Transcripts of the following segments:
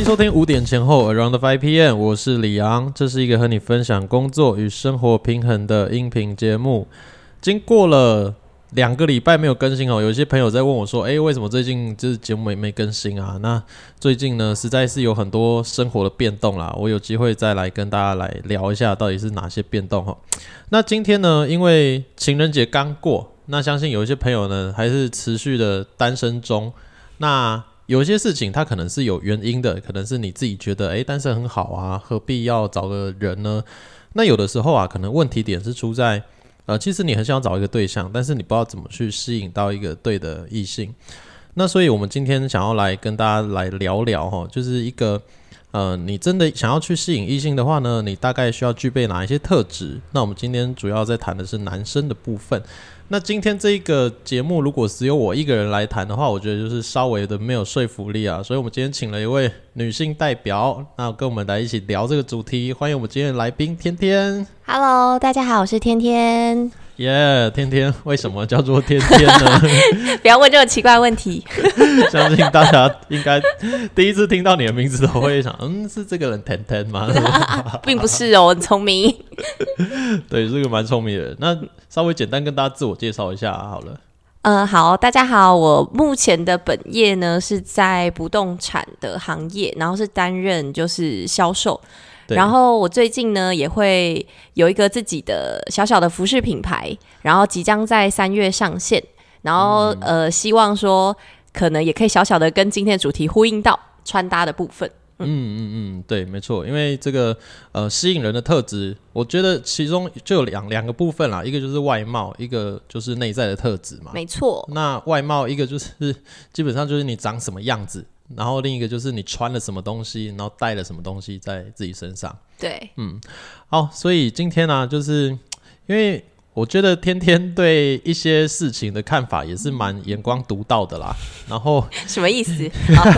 迎收听5点前后 Around 5 PM， 我是李昂，这是一个和你分享工作与生活平衡的音频节目。经过了2个礼拜没有更新哦，有些朋友在问我说，为什么最近就是节目没更新啊？那最近呢，实在是有很多生活的变动啦，我有机会再来跟大家来聊一下到底是哪些变动哦。那今天呢，因为情人节刚过，那相信有一些朋友呢还是持续的单身中，那有一些事情它可能是有原因的，可能是你自己觉得单身很好啊，何必要找个人呢？那有的时候啊，可能问题点是出在其实你很想找一个对象，但是你不知道怎么去吸引到一个对的异性。那所以我们今天想要来跟大家来聊聊就是一个你真的想要去吸引异性的话呢，你大概需要具备哪一些特质？那我们今天主要在谈的是男生的部分。那今天这个节目如果只有我一个人来谈的话，我觉得就是稍微的没有说服力啊，所以我们今天请了一位女性代表，那跟我们来一起聊这个主题。欢迎我们今天的来宾天天。 Hello， 大家好，我是天天。 天天为什么叫做天天呢？ 不要问这个奇怪的问题。 相信大家应该第一次听到你的名字都会想，是这个人天天吗？ 并不是哦，我很聪明。 对，是个蛮聪明的人。那稍微简单跟大家自我介绍一下好了。 好，大家好，我目前的本业呢是在不动产的行业，然后是担任就是销售。然后我最近呢也会有一个自己的小小的服饰品牌，然后即将在3月上线，然后希望说可能也可以小小的跟今天的主题呼应到穿搭的部分。 对，没错，因为这个吸引人的特质，我觉得其中就有两个部分啦，一个就是外貌，一个就是内在的特质嘛。 没错。那外貌一个就是基本上就是你长什么样子，然后另一个就是你穿了什么东西，然后带了什么东西在自己身上。 对， 好，所以今天呢，就是因为我觉得天天对一些事情的看法也是蛮眼光独到的啦。然后什么意思？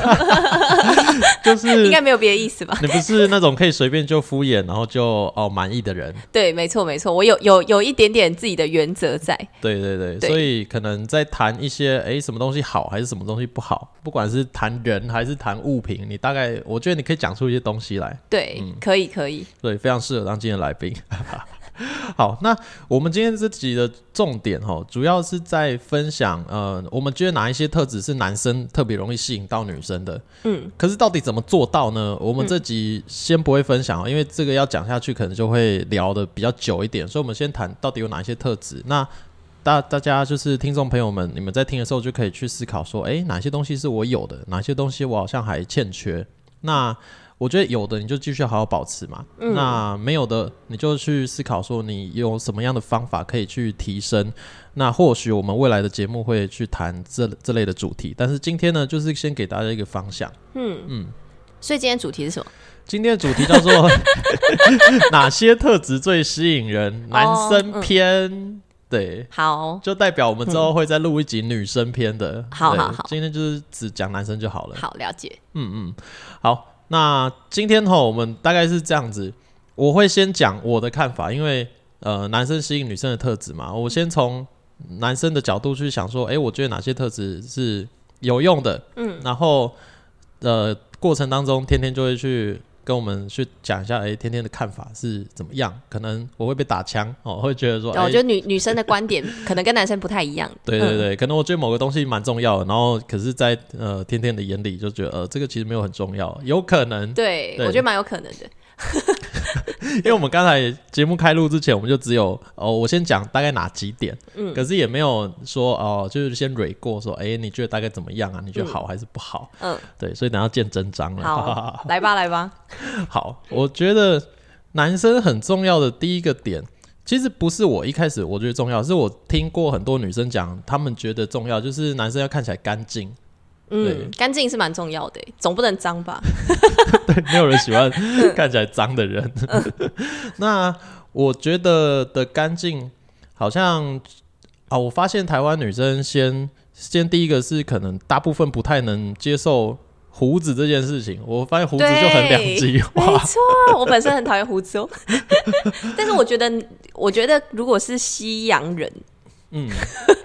就是应该没有别的意思吧？ 你不是那种可以随便就敷衍，然后就满意的人。 对，没错没错，我有一点点自己的原则在。 对，所以可能在谈一些什么东西好还是什么东西不好，不管是谈人还是谈物品，你大概我觉得你可以讲出一些东西来。 对，可以。 对，非常适合当今天的来宾。好，那我们今天这集的重点主要是在分享我们觉得哪一些特质是男生特别容易吸引到女生的。可是到底怎么做到呢？我们这集先不会分享因为这个要讲下去可能就会聊得比较久一点，所以我们先谈到底有哪一些特质。那大家就是听众朋友们，你们在听的时候就可以去思考说，哪些东西是我有的，哪些东西我好像还欠缺。那我觉得有的你就继续好好保持嘛，那没有的你就去思考说你有什么样的方法可以去提升。那或许我们未来的节目会去谈这类的主题，但是今天呢就是先给大家一个方向。 所以今天主题是什么？ 今天的主题叫做哪些特质最吸引人，男生篇。对， 好， 就代表我们之后会再录一集女生篇的。 好， 今天就是只讲男生就好了。 好，了解。 好，那今天我们大概是这样子，我会先讲我的看法，因为男生吸引女生的特质嘛，我先从男生的角度去想说，我觉得哪些特质是有用的，然后过程当中天天就会去跟我们去讲一下，天天的看法是怎么样？可能我会被打枪会觉得说， 我觉得女生的观点可能跟男生不太一样。 对，可能我觉得某个东西蛮重要的，然后可是在天天的眼里就觉得这个其实没有很重要，有可能。 对，我觉得蛮有可能的。 因为我们刚才节目开录之前，我们就只有我先讲大概哪几点，可是也没有说就是先蕊过说，你觉得大概怎么样啊？你觉得好还是不好？对，所以等到见真章了。 好，来吧。 好，我觉得男生很重要的第一个点，其实不是我一开始我觉得重要，是我听过很多女生讲，她们觉得重要，就是男生要看起来干净。 干净是蛮重要的，总不能脏吧？ 对，没有人喜欢看起来脏的人。那我觉得的干净，好像我发现台湾女生先第一个是可能大部分不太能接受胡子这件事情，我发现胡子就很两极化。 没错，我本身很讨厌胡子但是我觉得如果是西洋人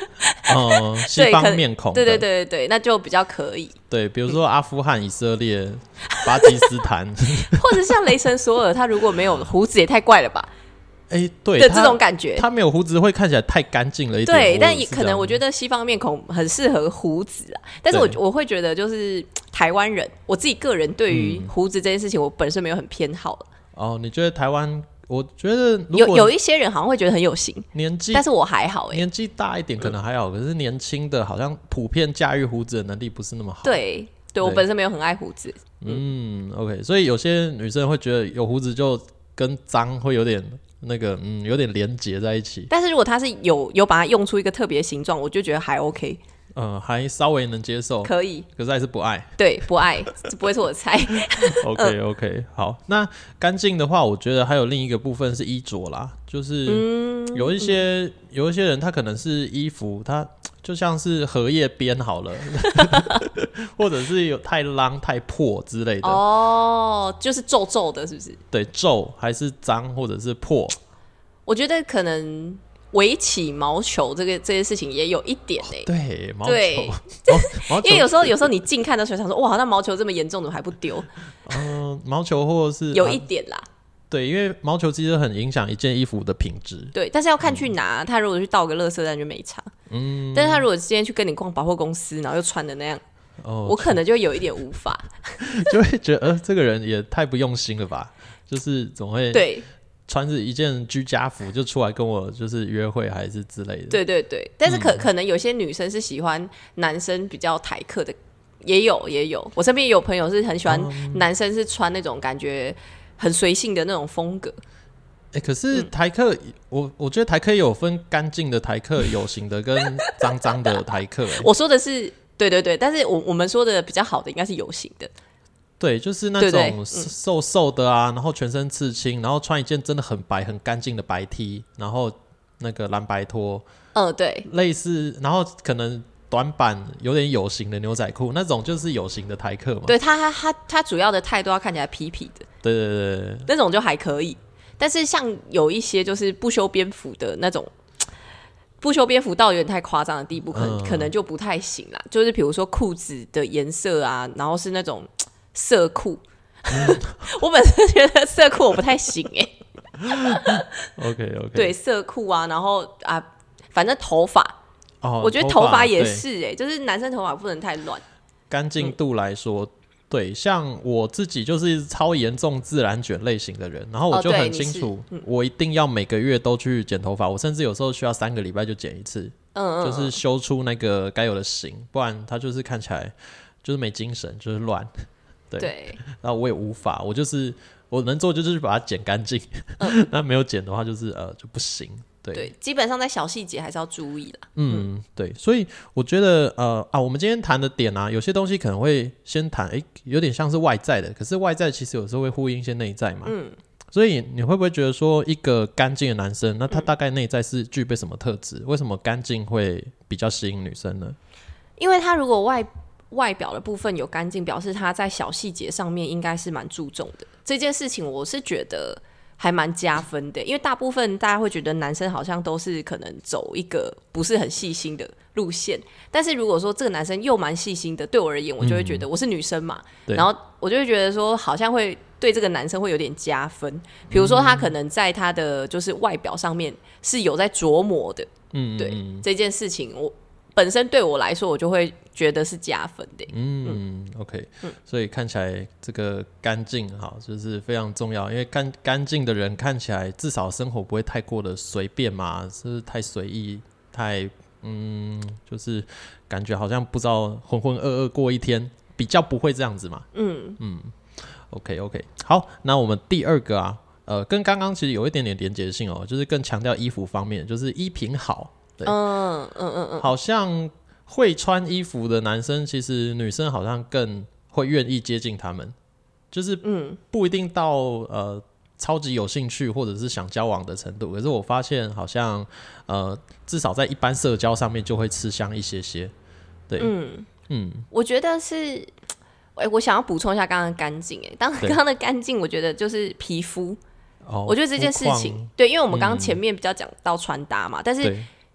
西方面孔的， 对，那就比较可以。 对，比如说阿富汗、以色列、巴基斯坦， 或者像雷神索尔，他如果没有胡子也太怪了吧？ 对的这种感觉， 他没有胡子会看起来太干净了一点。 对，但也可能我觉得西方面孔很适合胡子啊。但是我会觉得就是台湾人，我自己个人对于胡子这件事情，我本身没有很偏好。 你觉得台湾？我觉得如果有一些人好像会觉得很有型，但是我还好年纪大一点可能还好，可是年轻的好像普遍驾驭胡子的能力不是那么好。 对，我本身没有很爱胡子。 OK， 所以有些女生会觉得有胡子就跟脏会有点有点连结在一起。 但是如果他是有把它用出一个特别形状，我就觉得还 OK。 还稍微能接受， 可以， 可是还是不爱。 对，不爱，这不会是我的菜。 OK， 好，那干净的话，我觉得还有另一个部分是衣着啦，就是有一些人他可能是衣服，他就像是荷叶边好了，或者是有太脏太破之类的。 就是皱皱的，是不是？ 对，皱还是脏或者是破？ 我觉得可能。围起毛球这件事情也有一点对，毛球， 因为有时候你近看的时候想说，哇，那毛球这么严重，怎么还不丢？ 毛球或者是有一点啦。 对，因为毛球其实很影响一件衣服的品质。 对，但是要看去拿。他如果去倒个垃圾袋就没差。但是他如果今天去跟你逛百货公司，然后又穿的那样，我可能就有一点无法， 就会觉得这个人也太不用心了吧？就是总会对。 穿着一件居家服就出来跟我就是约会还是之类的。 对，但是可能有些女生是喜欢男生比较台客的，也有。我身边也有朋友是很喜欢男生是穿那种感觉很随性的那种风格。 可是台客，我觉得台客也有分干净的台客、有型的跟脏脏的台客。 我说的是对，但是我们说的比较好的应该是有型的。 对，就是那种瘦瘦的啊，然后全身刺青，然后穿一件真的很白很干净的白 T， 然后那个蓝白拖， 对， 类似，然后可能短版有点有型的牛仔裤，那种就是有型的台客嘛。 对，他主要的态度要看起来痞痞的， 对， 那种就还可以。但是像有一些就是不修边幅的那种，不修边幅到有点太夸张的地步，可能就不太行啦。就是比如说裤子的颜色啊，然后是那种。色裤，我本身觉得色裤我不太行 OK， 对，色裤啊，然后反正头发，我觉得头发也是就是男生头发不能太乱。 干净度来说，对，像我自己就是超严重自然卷类型的人，然后我就很清楚，我一定要每个月都去剪头发，我甚至有时候需要3个礼拜就剪一次，就是修出那个该有的型，不然它就是看起来就是没精神，就是乱。对，然后我也无法，我能做就是把它剪干净，那没有剪的话就是就不行。对， 基本上在小细节还是要注意啦。 对，所以我觉得我们今天谈的点啊，有些东西可能会先谈，有点像是外在的，可是外在其实有时候会呼应一些内在嘛。所以你会不会觉得说，一个干净的男生，那他大概内在是具备什么特质？为什么干净会比较吸引女生呢？ 因为他如果外表的部分有干净，表示他在小细节上面应该是蛮注重的。这件事情我是觉得还蛮加分的，因为大部分大家会觉得男生好像都是可能走一个不是很细心的路线，但是如果说这个男生又蛮细心的，对我而言我就会觉得我是女生嘛，然后我就会觉得说好像会对这个男生会有点加分。比如说他可能在他的就是外表上面是有在琢磨的，对这件事情我本身对我来说我就会觉得是加分的。 OK，所以看起来这个干净就是非常重要，因为干净的人看起来至少生活不会太过的随便嘛，是太随意，太就是感觉好像不知道浑浑噩噩过一天，比较不会这样子嘛。OK， 好，那我们第二个跟刚刚其实有一点点连结性就是更强调衣服方面，就是衣品好。对，好像会穿衣服的男生，其实女生好像更会愿意接近他们，就是不一定到超级有兴趣或者是想交往的程度，可是我发现好像至少在一般社交上面就会吃香一些。对， 我觉得是，我想要补充一下刚刚的干净，刚刚的干净，我觉得就是皮肤。我觉得这件事情，对，因为我们刚刚前面比较讲到穿搭嘛，但是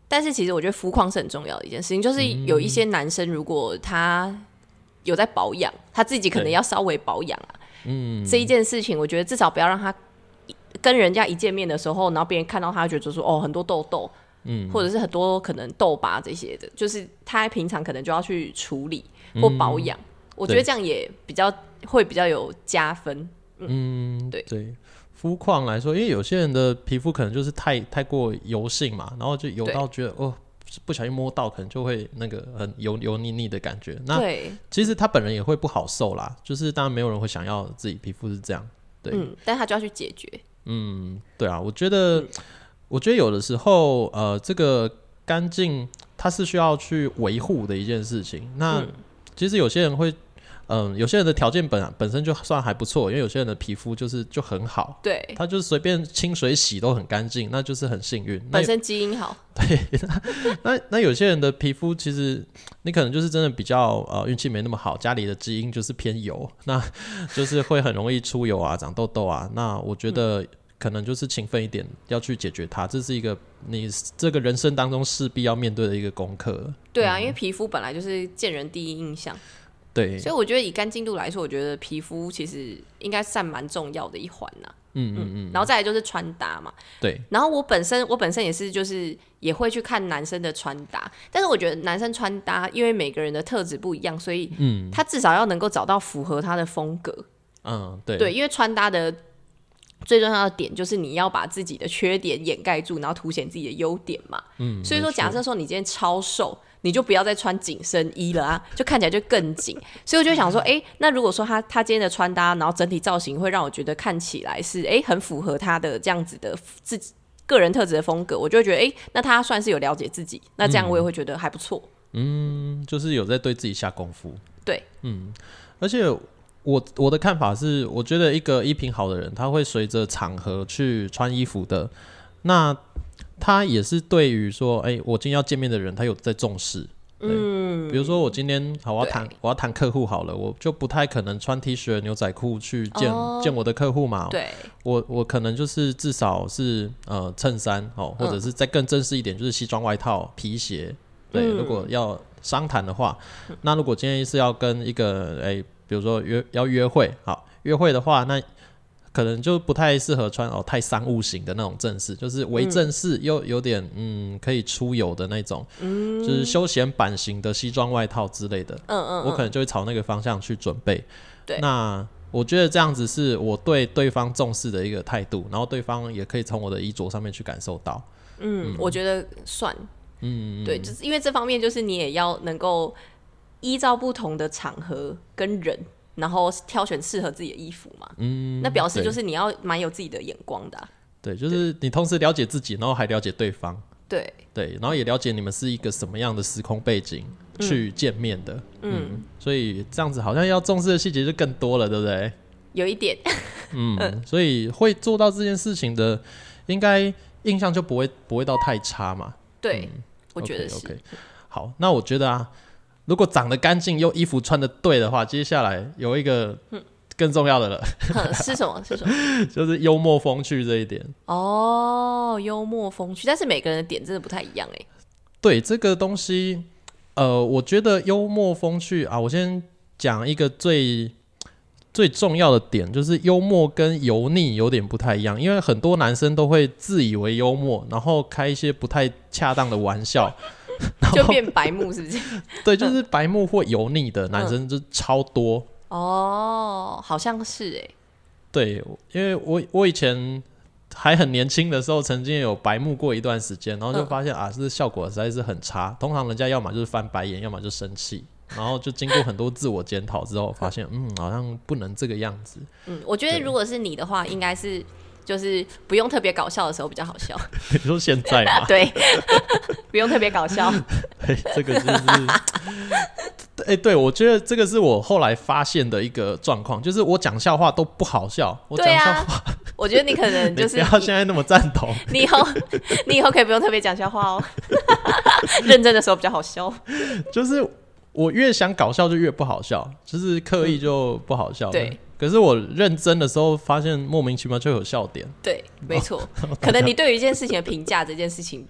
但是其实我觉得肤况是很重要的一件事情，就是有一些男生如果他有在保养，他自己可能要稍微保养啊。这一件事情我觉得至少不要让他跟人家一见面的时候，然后别人看到他觉得说很多痘痘，或者是很多可能痘疤这些的，就是他平常可能就要去处理或保养。我觉得这样也会比较有加分。 对，肤况来说，因为有些人的皮肤可能就是太过油性嘛，然后就油到觉得不小心摸到可能就会那个很油腻腻的感觉。那其实他本人也会不好受啦，就是当然没有人会想要自己皮肤是这样。对， 但他就要去解决。 对啊，我觉得有的时候这个干净它是需要去维护的一件事情。那其实有些人会有些人的条件本身就算还不错，因为有些人的皮肤就很好， 对， 他就是随便清水洗都很干净，那就是很幸运， 本身基因好。 对，那有些人的皮肤其实你可能就是真的比较运气没那么好，家里的基因就是偏油，那就是会很容易出油啊、长痘痘啊。那我觉得可能就是勤奋一点，要去解决它，这是一个你这个人生当中势必要面对的一个功课。 对啊，因为皮肤本来就是见人第一印象。 对， 所以我觉得以干净度来说，我觉得皮肤其实应该占蛮重要的一环呐。然后再来就是穿搭嘛。 对。 然后我本身也是，就是也会去看男生的穿搭，但是我觉得男生穿搭，因为每个人的特质不一样，所以他至少要能够找到符合他的风格。对，因为穿搭的最重要的点就是你要把自己的缺点掩盖住，然后凸显自己的优点嘛。所以说假设说你今天超瘦，你就不要再穿紧身衣了啊，就看起来就更紧。所以我就想说那如果说他今天的穿搭，然后整体造型会让我觉得看起来是很符合他的这样子的自己个人特质的风格，我就会觉得那他算是有了解自己，那这样我也会觉得还不错。 就是有在对自己下功夫。 对， 而且我的看法是，我觉得一个衣品好的人，他会随着场合去穿衣服的。那他也是对于说，我今天要见面的人，他有在重视。比如说我今天我要谈客户好了，我就不太可能穿 T 恤牛仔裤去见我的客户嘛。 对， 我可能就是至少是衬衫或者是再更正式一点，就是西装外套、皮鞋。对，如果要商谈的话，那如果今天是要跟一个比如说要约会，好，约会的话，那可能就不太适合穿太商务型的那种正式，就是微正式又有点可以出游的那种，就是休闲版型的西装外套之类的。我可能就会朝那个方向去准备。对，那我觉得这样子是我对对方重视的一个态度，然后对方也可以从我的衣着上面去感受到。 我觉得算。对，就是因为这方面就是你也要能够依照不同的场合跟人，然后挑选适合自己的衣服嘛。那表示就是你要蛮有自己的眼光的对，就是你同时了解自己，然后还了解对方。 对， 然后也了解你们是一个什么样的时空背景去见面的。所以这样子好像要重视的细节就更多了，对不对？ 有一点。 所以会做到这件事情的，应该印象就不会到太差嘛。 对，我觉得是。 Okay. 好，那我觉得如果长得干净又衣服穿得对的话，接下来有一个更重要的了。 是什么？ 就是幽默风趣这一点。 幽默风趣，但是每个人的点真的不太一样对，这个东西，我觉得幽默风趣我先讲一个最重要的点，就是幽默跟油腻有点不太一样，因为很多男生都会自以为幽默，然后开一些不太恰当的玩笑， 就变白目，是不是？ 对，就是白目或油腻的男生就超多。 好像是对，因为我以前还很年轻的时候，曾经有白目过一段时间，然后就发现这效果实在是很差。通常人家要么就是翻白眼，要么就生气。然后就经过很多自我检讨之后，发现好像不能这个样子。 我觉得如果是你的话，应该是就是不用特别搞笑的时候比较好笑。 你说现在吗？ 对，不用特别搞笑。 这个就是对，我觉得这个是我后来发现的一个状况，就是我讲笑话都不好笑。我讲笑话， 我觉得你可能就是你不要现在那么赞同。 你以后可以不用特别讲笑话认真的时候比较好笑。 就是我越想搞笑就越不好笑，就是刻意就不好笑。 对， 可是我认真的时候发现莫名其妙就有笑点。 对，没错。可能你对于一件事情的评价这件事情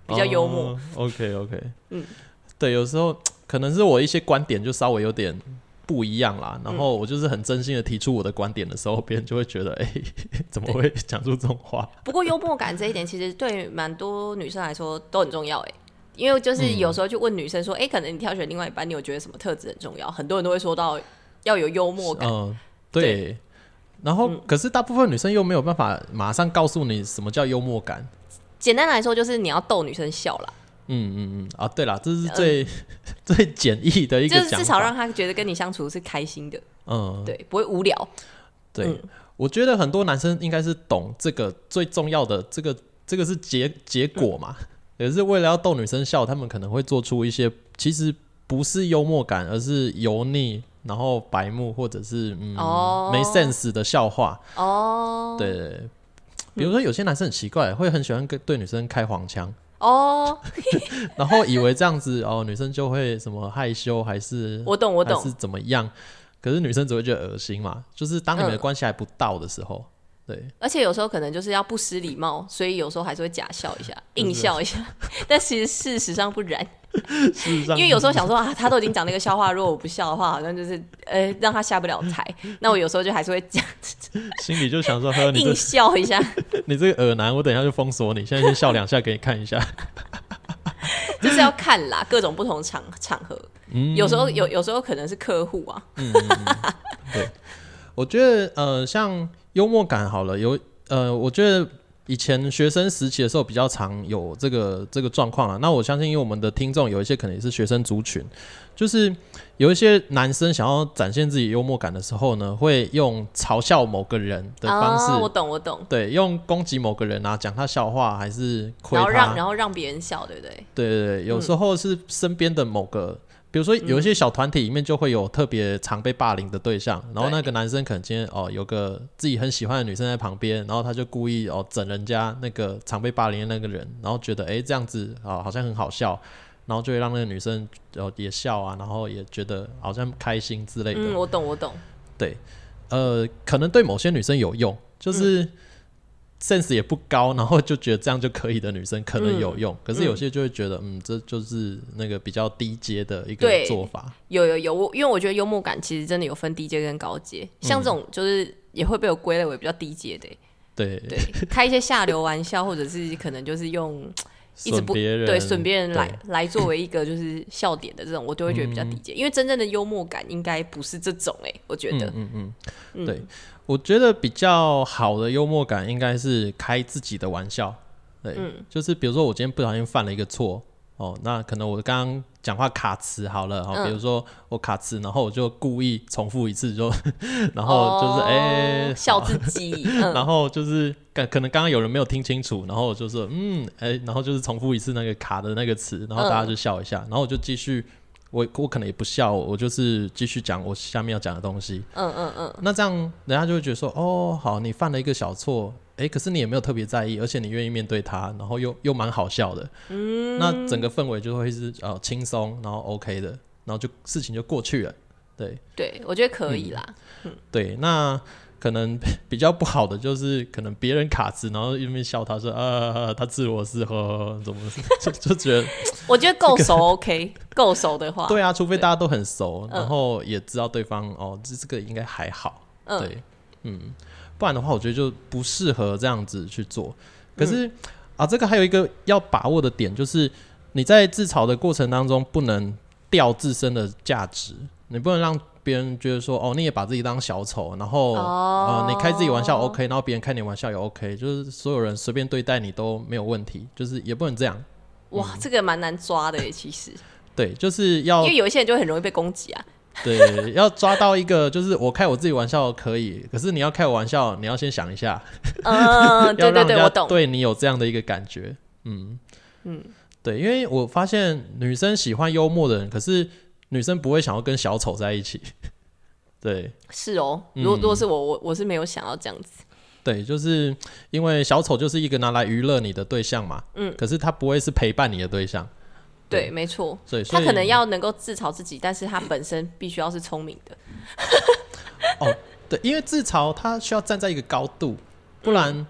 比较幽默。 OK， 对，有时候可能是我一些观点就稍微有点不一样啦，然后我就是很真心的提出我的观点的时候，别人就会觉得怎么会讲出这种话？ 不过幽默感这一点其实对蛮多女生来说都很重要因为就是有时候去问女生说可能你挑选另外一半你有觉得什么特质很重要，很多人都会说到要有幽默感。 对，然后可是大部分女生又没有办法马上告诉你什么叫幽默感。 简单来说就是你要逗女生笑啦。 对啦，这是最简易的一个讲法， 就是至少让她觉得跟你相处是开心的。对，不会无聊。 对，我觉得很多男生应该是懂这个最重要的，这个是结果嘛，也是为了要逗女生笑，他们可能会做出一些其实不是幽默感，而是油腻，然后白目或者是没 sense 的笑话。对，比如说有些男生很奇怪，会很喜欢对女生开黄腔。然后以为这样子女生就会什么害羞还是我懂还是怎么样，可是女生只会觉得恶心嘛，就是当你们的关系还不到的时候。对， 而且有时候可能就是要不失礼貌，所以有时候还是会假笑一下，硬笑一下，但其实事实上不然。因为有时候想说他都已经讲那个笑话，如果我不笑的话，好像就是让他下不了台。那我有时候就还是会讲， 心里就想说，你硬笑一下。 你这个恶男，我等一下就封锁你，现在先笑2下给你看一下。 就是要看啦，各种不同场合。有时候可能是客户啊。 对，我觉得像幽默感好了，我觉得以前学生时期的时候比较常有这个状况啦。那我相信，因为我们的听众有一些可能也是学生族群，就是有一些男生想要展现自己幽默感的时候呢，会用嘲笑某个人的方式。 我懂。对， 用攻击某个人啊，讲他笑话，还是亏他， 然后让别人笑，对不对？ 对，有时候是身边的某个。比如说有一些小团体里面就会有特别常被霸凌的对象，然后那个男生可能今天有个自己很喜欢的女生在旁边，然后他就故意整人家那个常被霸凌的那个人，然后觉得这样子好像很好笑，然后就会让那个女生也笑啊，然后也觉得好像开心之类的。 我懂。 对，可能对某些女生有用，就是sense 也不高，然后就觉得这样就可以的女生可能有用，可是有些就会觉得这就是那个比较低阶的一个做法。 有，因为我觉得幽默感其实真的有分低阶跟高阶，像这种就是也会被我归类为比较低阶的。对，开一些下流玩笑，或者是可能就是用一直不损别人来作为一个就是笑点的这种，我都会觉得比较低阶。因为真正的幽默感应该不是这种我觉得。 对，我觉得比较好的幽默感应该是开自己的玩笑。对，就是比如说我今天不小心犯了一个错那可能我刚刚讲话卡词好了比如说我卡词，然后我就故意重复一次，然后就是笑自己， 然后就是可能刚刚有人没有听清楚，然后我就说然后就是重复一次那个卡的那个词，然后大家就笑一下，然后我就继续。我可能也不笑，我就是继续讲我下面要讲的东西。那这样人家就会觉得说，好，你犯了一个小错，可是你也没有特别在意，而且你愿意面对它，然后又蛮好笑的。那整个氛围就会是轻松，然后 OK 的，然后就事情就过去了。对， 我觉得可以啦。 对，那可能比较不好的就是可能别人卡词，然后一边笑他说他自我是怎么就觉得我觉得够熟OK 够熟的话， 对啊，除非大家都很熟，然后也知道对方这个应该还好。对，不然的话我觉得就不适合这样子去做。可是这个还有一个要把握的点，就是你在自嘲的过程当中不能掉自身的价值，你不能让别人觉得说你也把自己当小丑，然后你开自己玩笑 OK， 然后别人开你玩笑也 OK， 就是所有人随便对待你都没有问题，就是也不能这样。 哇，这个蛮难抓的耶，其实。 对，就是要， 因为有一些人就很容易被攻击啊。 对，要抓到一个，就是我开我自己玩笑可以，可是你要开我玩笑，你要先想一下。 对，我懂。 对你有这样的一个感觉，对，因为我发现女生喜欢幽默的人，可是女生不会想要跟小丑在一起。对， 是如果是我是没有想要这样子。 对，就是因为小丑就是一个拿来娱乐你的对象嘛，可是他不会是陪伴你的对象。 对，没错， 所以他可能要能够自嘲自己，但是他本身必须要是聪明的。 对，因为自嘲他需要站在一个高度，不然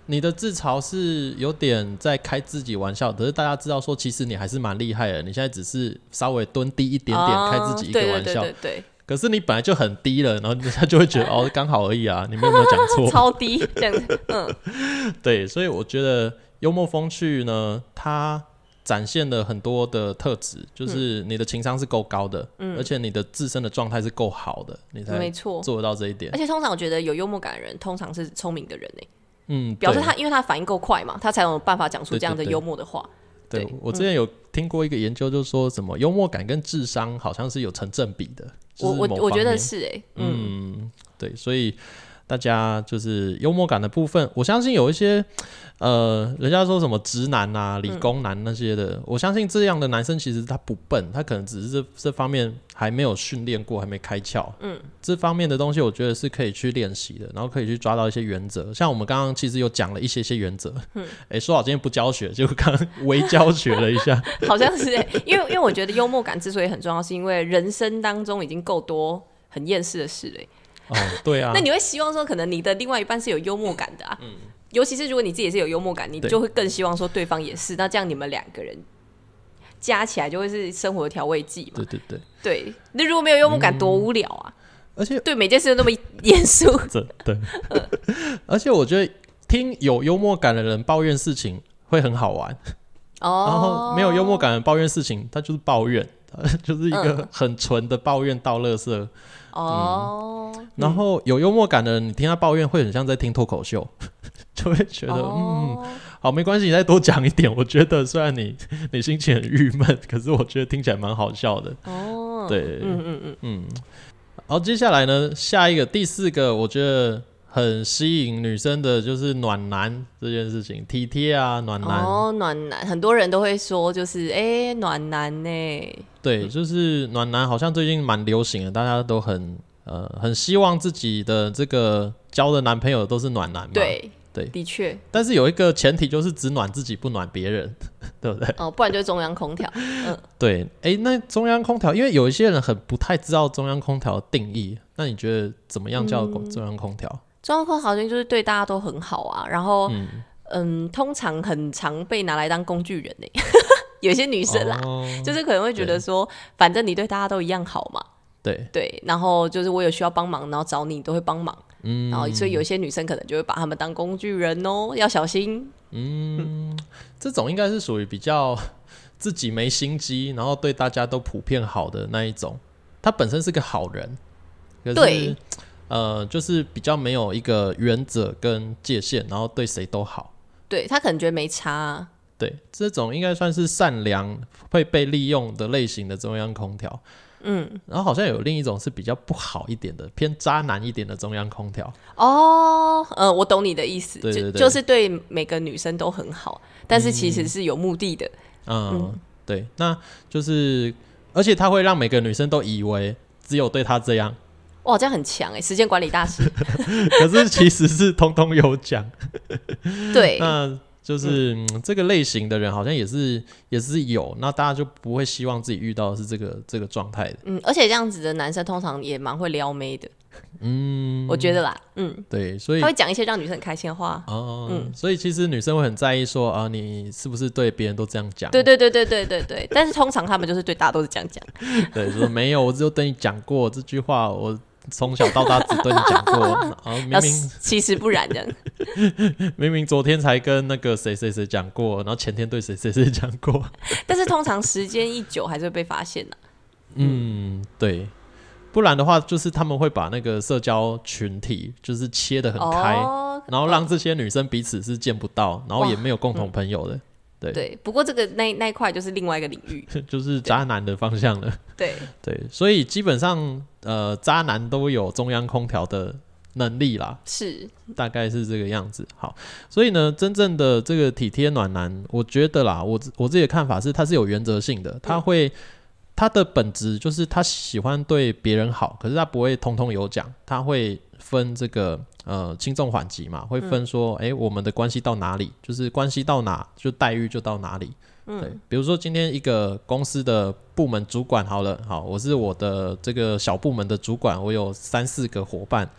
你的自嘲是有点在开自己玩笑，可是大家知道说，其实你还是蛮厉害的。你现在只是稍微蹲低一点点，开自己一个玩笑。 对。 可是你本来就很低了，然后他就会觉得哦，刚好而已啊，你们有没有讲错？ 超低这样子， 对，所以我觉得幽默风趣呢，它展现了很多的特质，就是你的情商是够高的，而且你的自身的状态是够好的，你才做得到这一点。 而且通常我觉得有幽默感的人，通常是聪明的人表示他因为他反应够快嘛，他才有办法讲出这样的幽默的话。 对，我之前有听过一个研究，就是说什么幽默感跟智商好像是有成正比的。 我觉得是对，所以大家就是幽默感的部分，我相信有一些人家说什么直男啊、理工男那些的，我相信这样的男生其实他不笨，他可能只是这方面还没有训练过，还没开窍。这方面的东西我觉得是可以去练习的，然后可以去抓到一些原则。像我们刚刚其实有讲了一些原则，说好今天不教学，结果刚刚微教学了一下， 好像是因为我觉得幽默感之所以很重要，是因为人生当中已经够多很厌世的事了。 对啊， 那你会希望说，可能你的另外一半是有幽默感的啊，尤其是如果你自己也是有幽默感，你就会更希望说对方也是，那这样你们两个人加起来就会是生活的调味剂嘛。对，那如果没有幽默感，多无聊啊！ 而且对每件事都那么严肃， 真的。而且我觉得听有幽默感的人抱怨事情会很好玩，然后没有幽默感的人抱怨事情，他就是抱怨，就是一个很纯的抱怨倒垃圾。然后有幽默感的人，你听他抱怨会很像在听脱口秀，就会觉得好，没关系，你再多讲一点。我觉得虽然你心情很郁闷，可是我觉得听起来蛮好笑的。对，然后接下来呢，下一个第4个，我觉得很吸引女生的就是暖男这件事情，体贴啊，暖男。 暖男，很多人都会说就是暖男呢。 对，就是暖男好像最近蛮流行的，大家都很希望自己的这个交的男朋友都是暖男嘛。对， 的确。 但是有一个前提就是只暖自己不暖别人，对不对？ 不然就是中央空调。 对，那中央空调，因为有一些人很不太知道中央空调的定义，那你觉得怎么样叫中央空调？ 中央空调好像就是对大家都很好啊，然后通常很常被拿来当工具人欸。有些女生啦，就是可能会觉得说，反正你对大家都一样好嘛。对，然后就是我有需要帮忙，然后找你都会帮忙。然后所以有些女生可能就会把他们当工具人哦，要小心。 这种应该是属于比较自己没心机，然后对大家都普遍好的那一种。他本身是个好人，可是对， 就是比较没有一个原则跟界限，然后对谁都好。 对，他可能觉得没差啊。 对，这种应该算是善良会被利用的类型的中央空调。然后好像有另一种是比较不好一点的，偏渣男一点的中央空调。 我懂你的意思，对，就是对每个女生都很好，但是其实是有目的的。 对，那就是而且他会让每个女生都以为只有对他这样。 哇，这样很强欸，时间管理大师。 可是其实是通通有讲。 对， 那就是这个类型的人好像也是有，那大家就不会希望自己遇到的是这个状态的。 而且这样子的男生通常也蛮会撩妹的。我觉得啦。 对，所以他会讲一些让女生很开心的话。 所以其实女生会很在意说啊，你是不是对别人都这样讲？ 对，但是通常他们就是对大家都是这样讲。 对，说没有，我只有对你讲过这句话，我从小到大只对你讲过，然后明明其实不然的。 明明昨天才跟那个谁谁谁讲过，然后前天对谁谁谁讲过。 但是通常时间一久还是会被发现的。 对，不然的话就是他们会把那个社交群体就是切得很开，然后让这些女生彼此是见不到，然后也没有共同朋友的。 对，不过这个那一块就是另外一个领域， 就是渣男的方向了。 对， 所以基本上渣男都有中央空调的能力啦， 是大概是这个样子。好，所以呢，真正的这个体贴暖男，我觉得啦，我自己的看法是，他是有原则性的，他的本质就是他喜欢对别人好，可是他不会通通有奖，他会分这个轻重缓急嘛，会分说我们的关系到哪里，就是关系到哪就待遇就到哪里。对，比如说今天一个公司的部门主管好了，好，我是我的这个小部门的主管，我有3-4个伙伴，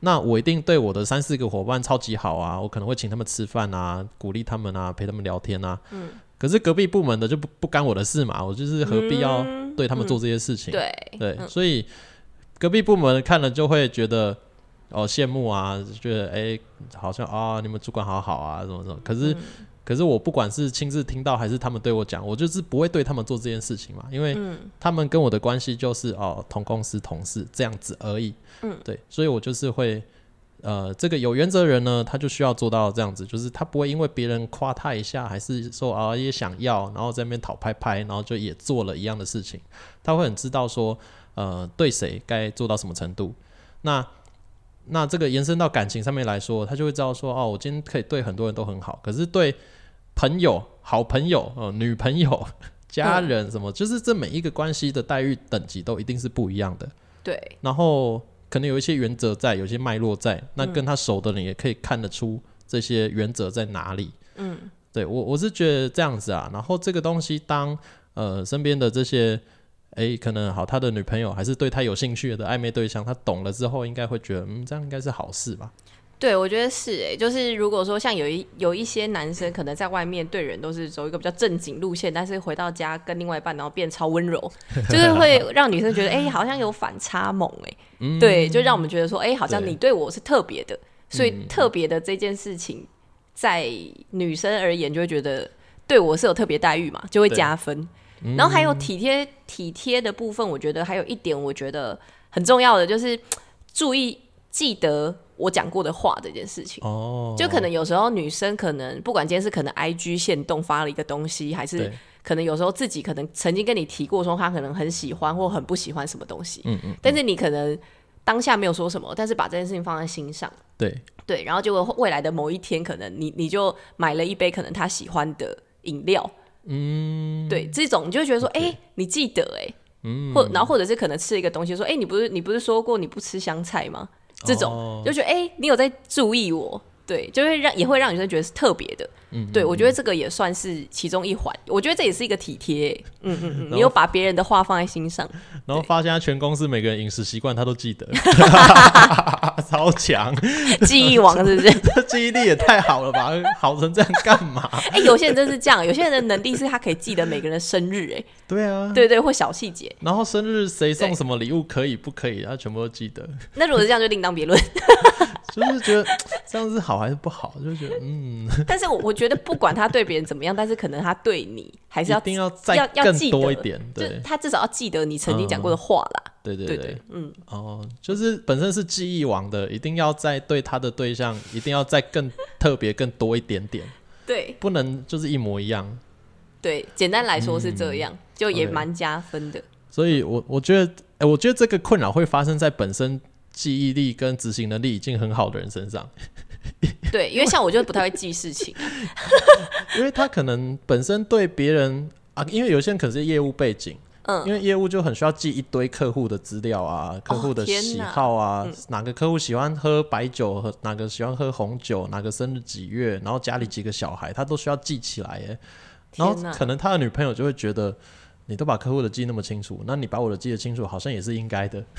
那我一定对我的3-4个伙伴超级好啊，我可能会请他们吃饭啊，鼓励他们啊，陪他们聊天啊。可是隔壁部门的就不干我的事嘛，我就是何必要对他们做这些事情？对，所以隔壁部门看了就会觉得羡慕啊，觉得好像你们主管好好啊，什么什么。可是我不管是亲自听到还是他们对我讲，我就是不会对他们做这件事情嘛，因为他们跟我的关系就是同公司同事这样子而已。对，所以我就是会这个有原则人呢，他就需要做到这样子，就是他不会因为别人夸他一下，还是说也想要，然后在那边讨拍拍，然后就也做了一样的事情。他会很知道说对谁该做到什么程度。那这个延伸到感情上面来说，他就会知道说我今天可以对很多人都很好，可是对朋友、好朋友、女朋友、家人什么，就是这每一个关系的待遇等级都一定是不一样的。 对， 然后可能有一些原则在，有一些脉络在，那跟他熟的人也可以看得出这些原则在哪里。对，我是觉得这样子啊。然后这个东西当身边的这些可能好他的女朋友还是对他有兴趣的暧昧对象，他懂了之后应该会觉得这样应该是好事吧。 对，我觉得是就是如果说像有一些男生可能在外面对人都是走一个比较正经路线，但是回到家跟另外一半然后变超温柔，就是会让女生觉得好像有反差萌对，就让我们觉得说好像你对我是特别的，所以特别的这件事情在女生而言就会觉得对我是有特别待遇嘛，就会加分。然后还有体贴的部分，我觉得还有一点我觉得很重要的就是记得我讲过的话这件事情。就可能有时候女生可能不管今天是可能 IG 限动发了一个东西，还是可能有时候自己可能曾经跟你提过说她可能很喜欢或很不喜欢什么东西，但是你可能当下没有说什么，但是把这件事情放在心上。对，然后结果未来的某一天可能你就买了一杯可能她喜欢的饮料，对，这种你就会觉得说你记得然后或者是可能吃一个东西说你不是说过你不吃香菜吗？这种就觉得你有在注意我。对，就会也会让女生觉得是特别的。对，我觉得这个也算是其中一环，我觉得这也是一个体贴。你有把别人的话放在心上， 然后发现他全公司每个人饮食习惯他都记得，超强， 记忆王是不是？ 这记忆力也太好了吧，好成这样干嘛？ 有些人真是这样，有些人的能力是他可以记得每个人的生日。 对啊， 对，或小细节， 然后生日谁送什么礼物可以不可以他全部都记得。 那如果是这样就另当别论。 就是觉得这样是好还是不好，就觉得但是我觉得不管他对别人怎么样，但是可能他对你还是一定要再更多一点，对， 就他至少要记得你曾经讲过的话啦。 对，就是本身是记忆王的，一定要在对他的对象一定要再更特别更多一点点， 对， 不能就是一模一样。 对，简单来说是这样，就也蛮加分的。 所以我觉得这个困扰会发生在本身记忆力跟执行能力已经很好的人身上。 对，因为像我就不太会记事情。 因为他可能本身对别人因为有些人可能是业务背景，因为业务就很需要记一堆客户的资料啊，客户的喜好啊，哪个客户喜欢喝白酒，哪个喜欢喝红酒，哪个生日几月，然后家里几个小孩，他都需要记起来耶。然后可能他的女朋友就会觉得你都把客户的记那么清楚，那你把我的记得清楚好像也是应该的。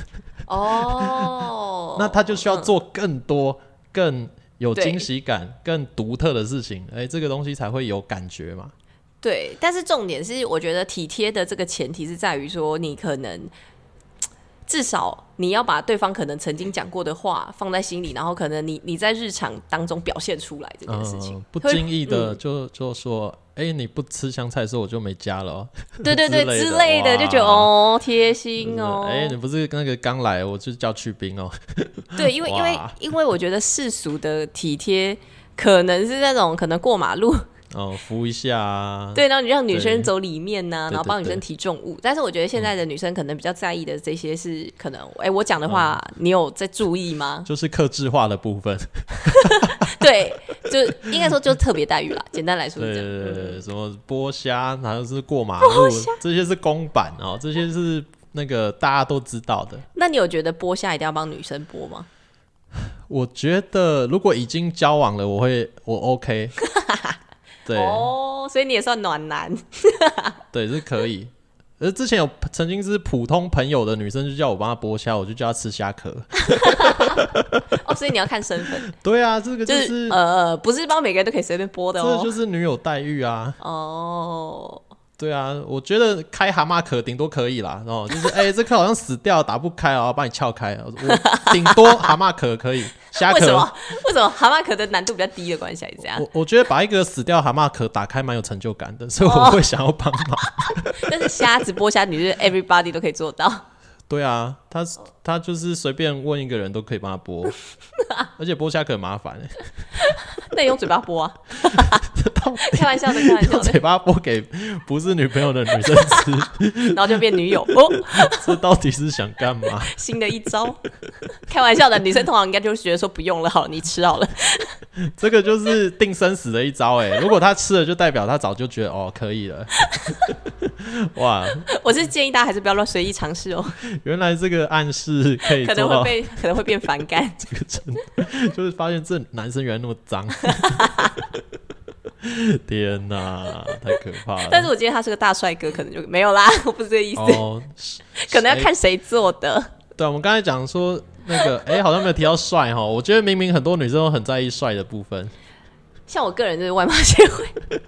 那他就需要做更多更有惊喜感更独特的事情，这个东西才会有感觉嘛。 对，但是重点是我觉得体贴的这个前提是在于说你可能至少你要把对方可能曾经讲过的话放在心里，然后可能你在日常当中表现出来这件事情， 不经意的就说你不吃香菜的时候我就没加了对之类的，就觉得贴心你不是那个刚来我就叫去冰对，因为我觉得世俗的体贴可能是那种可能过马路扶一下啊， 对，然后你让女生走里面啊，然后帮女生提重物。但是我觉得现在的女生可能比较在意的这些是可能我讲的话你有在注意吗？ 就是客制化的部分。 对，就应该说就特别待遇啦，简单来说是这样。 对，什么剥虾然后是过马路，这些是公版这些是那个大家都知道的。 那你有觉得剥虾一定要帮女生剥吗？ 我觉得如果已经交往了我 OK。对所以你也算暖男。 对，是可以。 之前有曾经是普通朋友的女生就叫我帮她剥虾，我就叫她吃虾壳。 哦，所以你要看身份。 对啊，这个就是不是帮每个人都可以随便剥的哦。 这就是女友待遇啊。 哦。 对啊，我觉得开蛤蟆壳顶多可以啦，就是这颗好像死掉打不开啊，帮你撬开，我顶多蛤蟆壳可以，虾壳为什么蛤蟆壳的难度比较低的关系还是这样？ 我觉得把一个死掉蛤蟆壳打开蛮有成就感的，所以我会想要帮忙。 但是虾子剥虾，你就是 everybody 都可以做到。 对啊，他就是随便问一个人都可以帮他剥，而且剥虾壳很麻烦那你用嘴巴剥啊？开玩笑的，开玩笑的。 用嘴巴剥给不是女朋友的女生吃， 然后就变女友哦。 这到底是想干嘛？ 新的一招，开玩笑的。女生通常应该就觉得说不用了，好，你吃好了。 这个就是定生死的一招如果他吃了，就代表他早就觉得可以了。哇！ 我是建议大家还是不要乱随意尝试哦。 原来这个暗示可以做到可能会变反感。 这个程度，就是发现这男生原来那么脏。天哪，太可怕了！ 但是我今天他是个大帅哥，可能就没有啦。我不是这个意思。可能要看谁做的。 对，我们刚才讲说那个，好像没有提到帅哈。我觉得明明很多女生都很在意帅的部分。 像我个人就是外貌协会。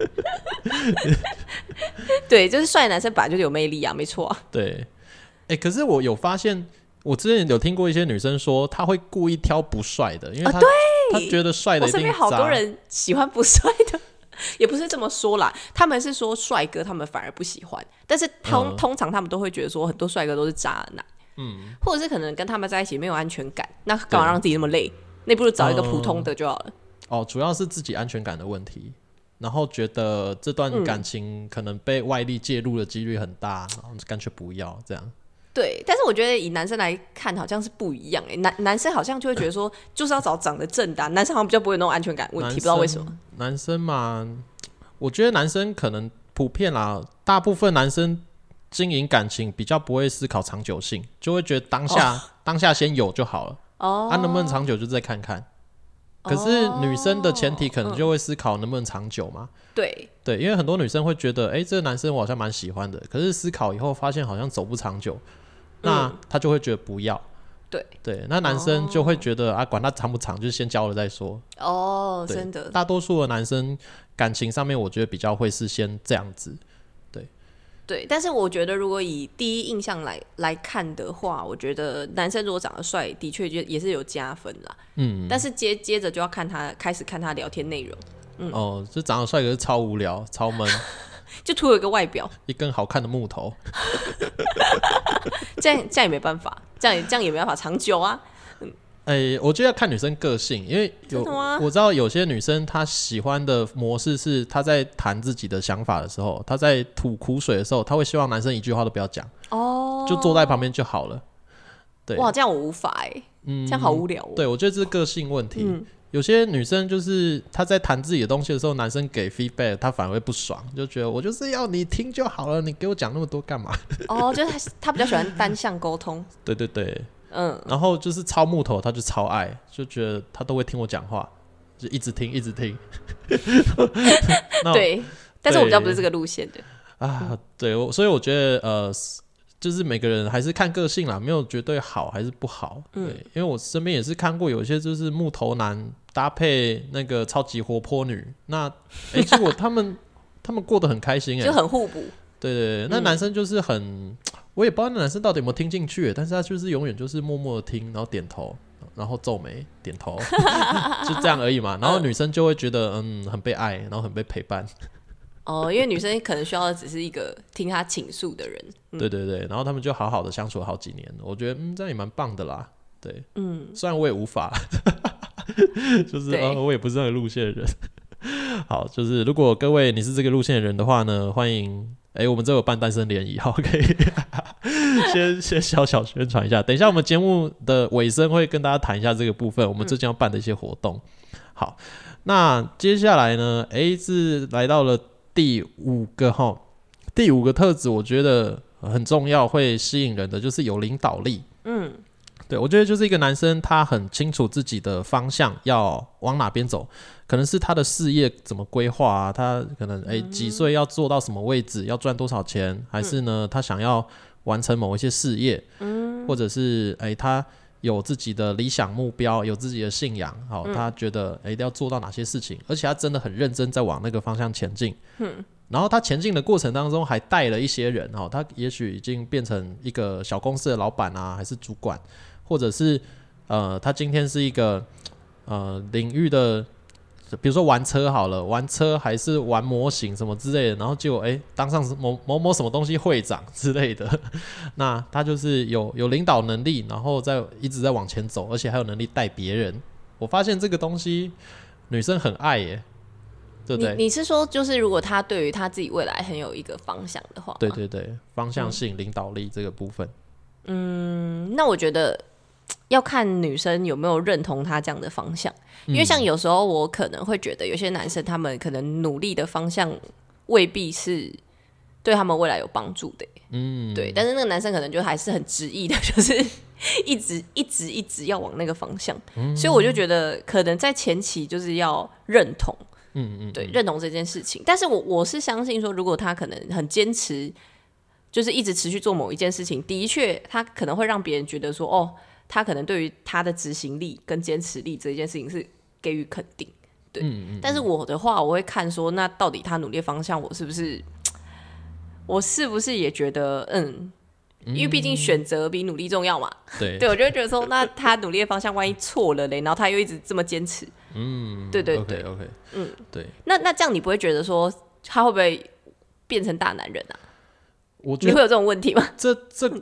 对，就是帅的男生本来就是有魅力啊，没错啊。 对，可是我有发现，我之前有听过一些女生说，她会故意挑不帅的，因为她觉得帅的一定渣。我身边好多人喜欢不帅的。也不是这么说啦，他们是说帅哥他们反而不喜欢，但是通常他们都会觉得说很多帅哥都是渣男，或者是可能跟他们在一起没有安全感，那干嘛让自己那么累？那不如找一个普通的就好了。 主要是自己安全感的问题，然后觉得这段感情可能被外力介入的几率很大，然后干脆不要这样。 对，但是我觉得以男生来看好像是不一样男生好像就会觉得说就是要找长得正的男生好像比较不会有那种安全感问题，不知道为什么。 男生嘛，我觉得男生可能普遍啦，大部分男生经营感情比较不会思考长久性，就会觉得当下先有就好了能不能长久就再看看。可是女生的前提可能就会思考能不能长久嘛。 对， 因为很多女生会觉得这个男生我好像蛮喜欢的，可是思考以后发现好像走不长久，那他就会觉得不要。对，那男生就会觉得管他长不长，就先交了再说。 真的， 大多数的男生感情上面，我觉得比较会是先这样子。 对，但是我觉得如果以第一印象来看的话，我觉得男生如果长得帅，的确也是有加分啦。但是接着就要开始看他聊天内容。 就长得帅可是超无聊、超闷， 就图有一个外表， 一根好看的木头。 这样也没办法，这样也没办法长久啊。 我觉得要看女生个性，因为我知道有些女生她喜欢的模式是她在谈自己的想法的时候，她在吐苦水的时候，她会希望男生一句话都不要讲，就坐在旁边就好了。对， 哇，这样我无法这样好无聊对，我觉得这是个性问题。有些女生就是她在谈自己的东西的时候，男生给 feedback， 她反而会不爽，就觉得我就是要你听就好了，你给我讲那么多干嘛？ 就是她比较喜欢单向沟通。 对。然后就是超木头，他就超爱，就觉得他都会听我讲话，就一直听。 对，但是我比较不是这个路线的对，所以我觉得就是每个人还是看个性啦，没有绝对好还是不好。对，因为我身边也是看过有些就是木头男搭配那个超级活泼女，那结果他们过得很开心就很互补。 对，那男生就是我也不知道那男生到底有没有听进去，但是他就是永远就是默默的听，然后点头，然后皱眉点头，就这样而已嘛。然后女生就会觉得很被爱，然后很被陪伴。 因为女生可能需要的只是一个听他倾诉的人。 对，然后他们就好好的相处了好几年，我觉得这样也蛮棒的啦。对，虽然我也无法，就是我也不是那个路线的人。好，就是如果各位你是这个路线的人的话呢，欢迎。我们这有办单身联谊，好，可以先小小宣传一下。等一下我们节目的尾声会跟大家谈一下这个部分，我们最近要办的一些活动。好，那接下来呢，是来到了第五个特质，我觉得很重要，会吸引人的就是有领导力。 对，我觉得就是一个男生他很清楚自己的方向要往哪边走，可能是他的事业怎么规划啊，他可能几岁要做到什么位置，要赚多少钱，还是呢他想要完成某一些事业，或者是他有自己的理想目标，有自己的信仰，他觉得一定要做到哪些事情，而且他真的很认真在往那个方向前进。然后他前进的过程当中还带了一些人，他也许已经变成一个小公司的老板啊，还是主管，或者是他今天是一个领域的，比如说玩车好了，玩车还是玩模型什么之类的，然后结果当上某某什么东西会长之类的，那他就是有领导能力，然后一直在往前走，而且还有能力带别人。我发现这个东西女生很爱耶，对不对？ 你是说，就是如果他对于他自己未来很有一个方向的话， 对对对，方向性、领导力这个部分。 那我觉得要看女生有没有认同他这样的方向，因为像有时候我可能会觉得有些男生他们可能努力的方向未必是对他们未来有帮助的，对，但是那个男生可能就还是很执意的，就是一直要往那个方向，所以我就觉得可能在前期就是要认同。对，认同这件事情，但是我是相信说，如果他可能很坚持，就是一直持续做某一件事情，的确他可能会让别人觉得说，他可能对于他的执行力跟坚持力这一件事情是给予肯定，对。但是我的话，我会看说，那到底他努力的方向，我是不是也觉得，因为毕竟选择比努力重要嘛。对，我就会觉得说，那他努力的方向万一错了嘞，然后他又一直这么坚持，对对对 ，OK， 对。 那这样你不会觉得说他会不会变成大男人啊？ 我觉得你会有这种问题吗？ 这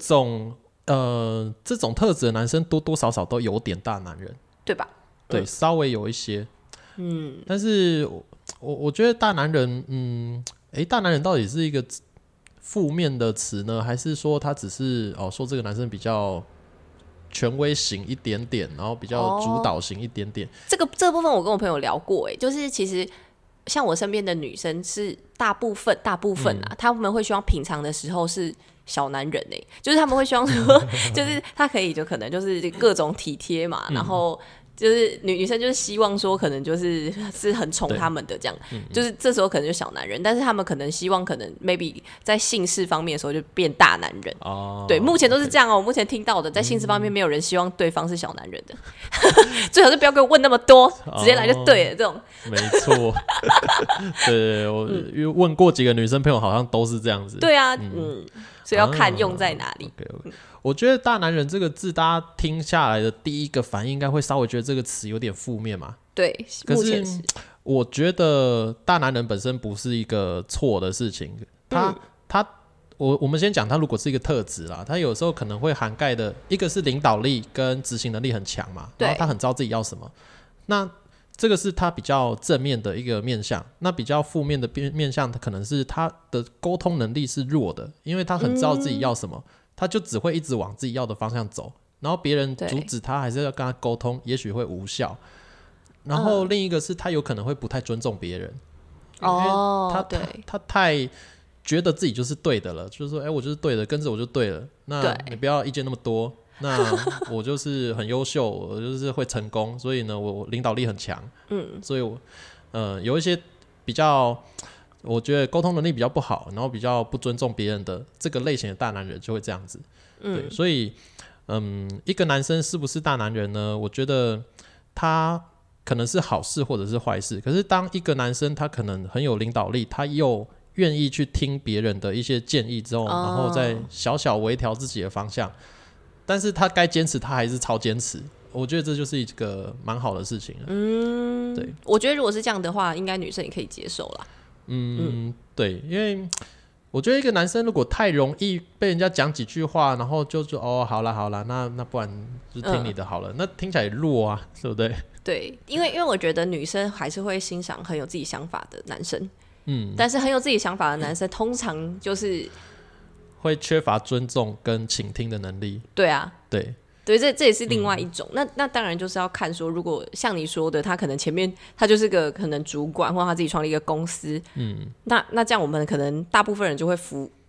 种特质的男生多多少少都有点大男人， 对吧？ 对，稍微有一些。但是我觉得大男人，大男人到底是一个负面的词呢，还是说他只是说这个男生比较权威型一点点，然后比较主导型一点点？ 这个部分我跟我朋友聊过，就是其实像我身边的女生是大部分啦，他们会希望平常的时候是小男人就是他们会希望说，就是他可以就可能就是各种体贴嘛，然后就是女生就是希望说可能就是很宠他们的这样，就是这时候可能就小男人，但是他们可能希望可能 maybe 在性事方面的时候就变大男人。对，目前都是这样我目前听到的，在性事方面没有人希望对方是小男人的，最好是不要给我问那么多，直接来就对了这种。 没错，对，我问过几个女生朋友，好像都是这样子。 对啊，所以要看用在哪里。 我觉得大男人这个字，大家听下来的第一个反应应该会稍微觉得这个词有点负面嘛。 对，目前是。 我觉得大男人本身不是一个错的事情，我们先讲他如果是一个特质啦，他有时候可能会涵盖的一个是领导力跟执行能力很强嘛，然后他很知道自己要什么，那这个是他比较正面的一个面向。那比较负面的面向可能是他的沟通能力是弱的，因为他很知道自己要什么，他就只会一直往自己要的方向走，然后别人阻止他还是要跟他沟通，也许会无效。然后另一个是他有可能会不太尊重别人，因为他太觉得自己就是对的了，就是说我就是对的，跟着我就对了，那你不要意见那么多，那我就是很优秀，我就是会成功，所以呢我领导力很强，所以我有一些比较我觉得沟通能力比较不好，然后比较不尊重别人的这个类型的大男人就会这样子。对，所以一个男生是不是大男人呢？我觉得他可能是好事或者是坏事，可是当一个男生他可能很有领导力，他又愿意去听别人的一些建议之后，然后再小小微调自己的方向，但是他该坚持他还是超坚持，我觉得这就是一个蛮好的事情了。对， 我觉得如果是这样的话，应该女生也可以接受啦。 对，因为我觉得一个男生如果太容易被人家讲几句话，然后就好啦，那不然就听你的好了，那听起来也弱啊，对不对？ 对，因为我觉得女生还是会欣赏很有自己想法的男生，但是很有自己想法的男生通常就是会缺乏尊重跟倾听的能力。 对啊， 对， 这也是另外一种。那当然就是要看说，如果像你说的，他可能前面他就是个可能主管，或者他自己创立一个公司，那这样我们可能大部分人就会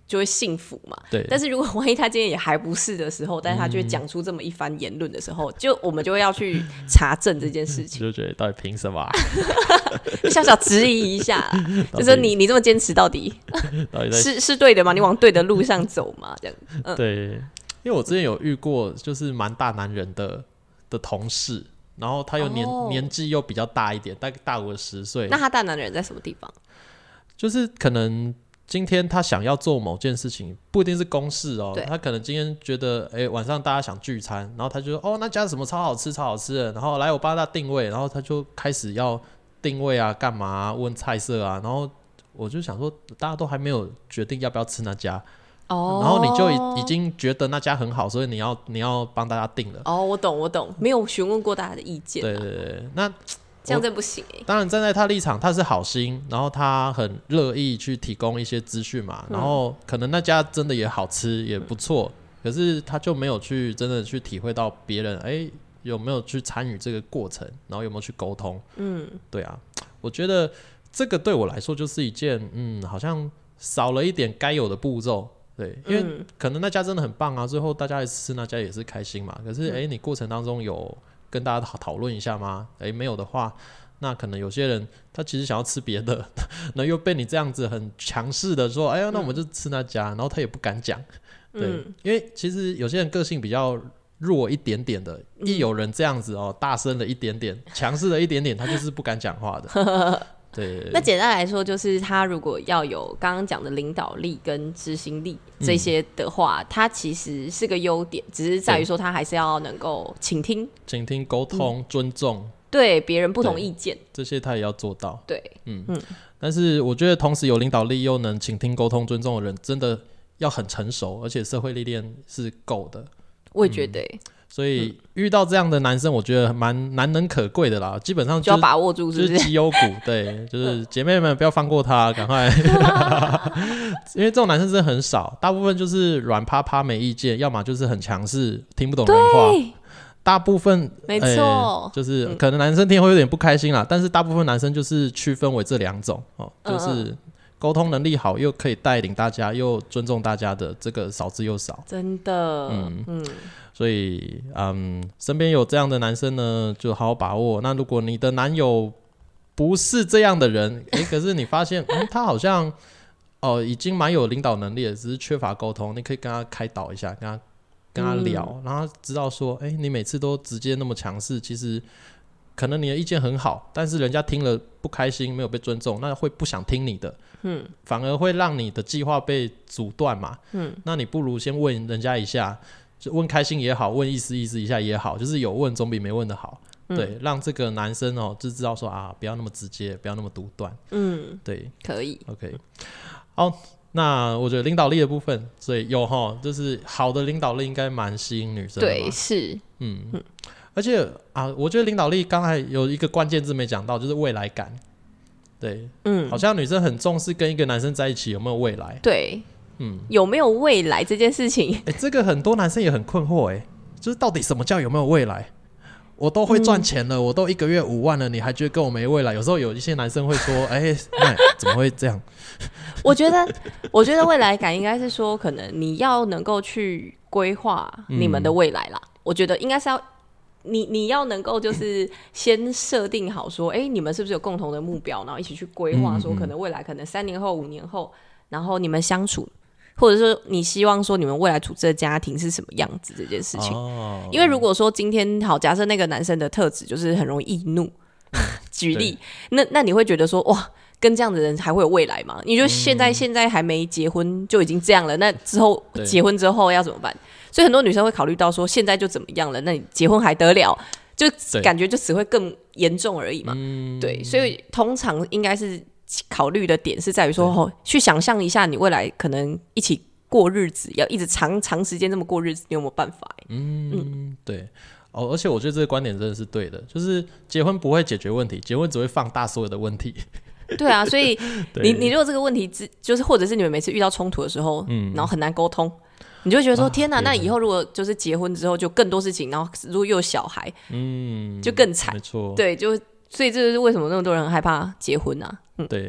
就会幸福嘛。 对。 但是如果万一他今天也还不是的时候，但是他就会讲出这么一番言论的时候，我们就要去查证这件事情。 就觉得到底凭什么啊？ 小小质疑一下，就说你这么坚持，到底是对的吗？你往对的路上走吗？这样。 对，因为我之前有遇过，就是蛮大男人的同事，然后他又年纪又比较大一点，大概大我10岁。 那他大男人在什么地方？ 就是可能今天他想要做某件事情，不一定是公事哦。他可能今天觉得，晚上大家想聚餐，然后他就说，那家什么超好吃的，然后来我帮他定位，然后他就开始要定位啊，干嘛啊，问菜色啊，然后我就想说，大家都还没有决定要不要吃那家。然后你就已经觉得那家很好，所以你要帮大家订了。 我懂，没有询问过大家的意见。 对，那这样真不行当然站在他立场，他是好心，然后他很乐意去提供一些资讯嘛，然后可能那家真的也好吃，也不错，可是他就没有去真的去体会到别人有没有去参与这个过程，然后有没有去沟通。对啊，我觉得这个对我来说就是一件好像少了一点该有的步骤。对，因为可能那家真的很棒啊，最后大家来吃那家也是开心嘛。可是你过程当中有跟大家讨论一下吗？没有的话，那可能有些人他其实想要吃别的，那又被你这样子很强势的说，那我们就吃那家，然后他也不敢讲。对，因为其实有些人个性比较弱一点点的，一有人这样子大声了一点点，强势了一点点，他就是不敢讲话的。对， 那简单来说，就是他如果要有刚刚讲的领导力跟执行力这些的话，他其实是个优点，只是在于说他还是要能够倾听、 沟通、尊重， 对别人不同意见， 这些他也要做到。 对， 但是我觉得同时有领导力又能倾听、沟通、尊重的人，真的要很成熟，而且社会历练是够的。 我也觉得所以遇到这样的男生，我觉得蛮难能可贵的啦。基本上就要把握住， 就是绩优股。对，就是姐妹们不要放过他，赶快。因为这种男生真的很少，大部分就是软趴趴没意见，要么就是很强势，听不懂人话。大部分没错， 就是可能男生听会有点不开心啦，但是大部分男生就是区分为这2种就是沟通能力好，又可以带领大家，又尊重大家的这个少之又少。 真的， 所以身边有这样的男生呢，就好好把握。那如果你的男友不是这样的人，可是你发现他好像已经蛮有领导能力的，只是缺乏沟通，你可以跟他开导一下，跟他聊，让他知道说，你每次都直接那么强势，其实可能你的意见很好，但是人家听了不开心，没有被尊重，那会不想听你的，反而会让你的计划被阻断嘛。那你不如先问人家一下，就问开心也好，问意思一下也好，就是有问总比没问的好。对，让这个男生就知道说不要那么直接，不要那么独断。对， 可以。 OK， 好，那我觉得领导力的部分，所以就是好的领导力应该蛮吸引女生的嘛。 对，是。 而且我觉得领导力刚才有一个关键字没讲到，就是未来感。对，好像女生很重视跟一个男生在一起有没有未来。 对，有没有未来这件事情， 这个很多男生也很困惑，就是到底什么叫有没有未来？我都会赚钱了，我都1个月5万了，你还觉得跟我没未来？有时候有一些男生会说，怎么会这样？ 我觉得未来感应该是说，可能你要能够去规划你们的未来啦。我觉得应该是要你要能够就是先设定好说，你们是不是有共同的目标，然后一起去规划说，可能未来可能3年后、5年后，然后你们相处。或者说你希望说你们未来组织的家庭是什么样子这件事情。因为如果说今天好，假设那个男生的特质就是很容易易怒，举例，那你会觉得说，哇，跟这样的人还会有未来吗？你就现在还没结婚就已经这样了，那之后结婚之后要怎么办？所以很多女生会考虑到说，现在就怎么样了，那你结婚还得了？就感觉就只会更严重而已嘛。对，所以通常应该是考虑的点是在于说，去想象一下你未来可能一起过日子，要一直长时间这么过日子，你有没有办法？ 对。而且我觉得这个观点真的是对的，就是结婚不会解决问题，结婚只会放大所有的问题。 对啊，所以你如果这个问题就是或者是你们每次遇到冲突的时候，然后很难沟通，你就会觉得说，天哪，那以后如果就是结婚之后就更多事情，然后如果又有小孩，就更惨。 没错， 对，所以这就是为什么那么多人很害怕结婚啊。 对，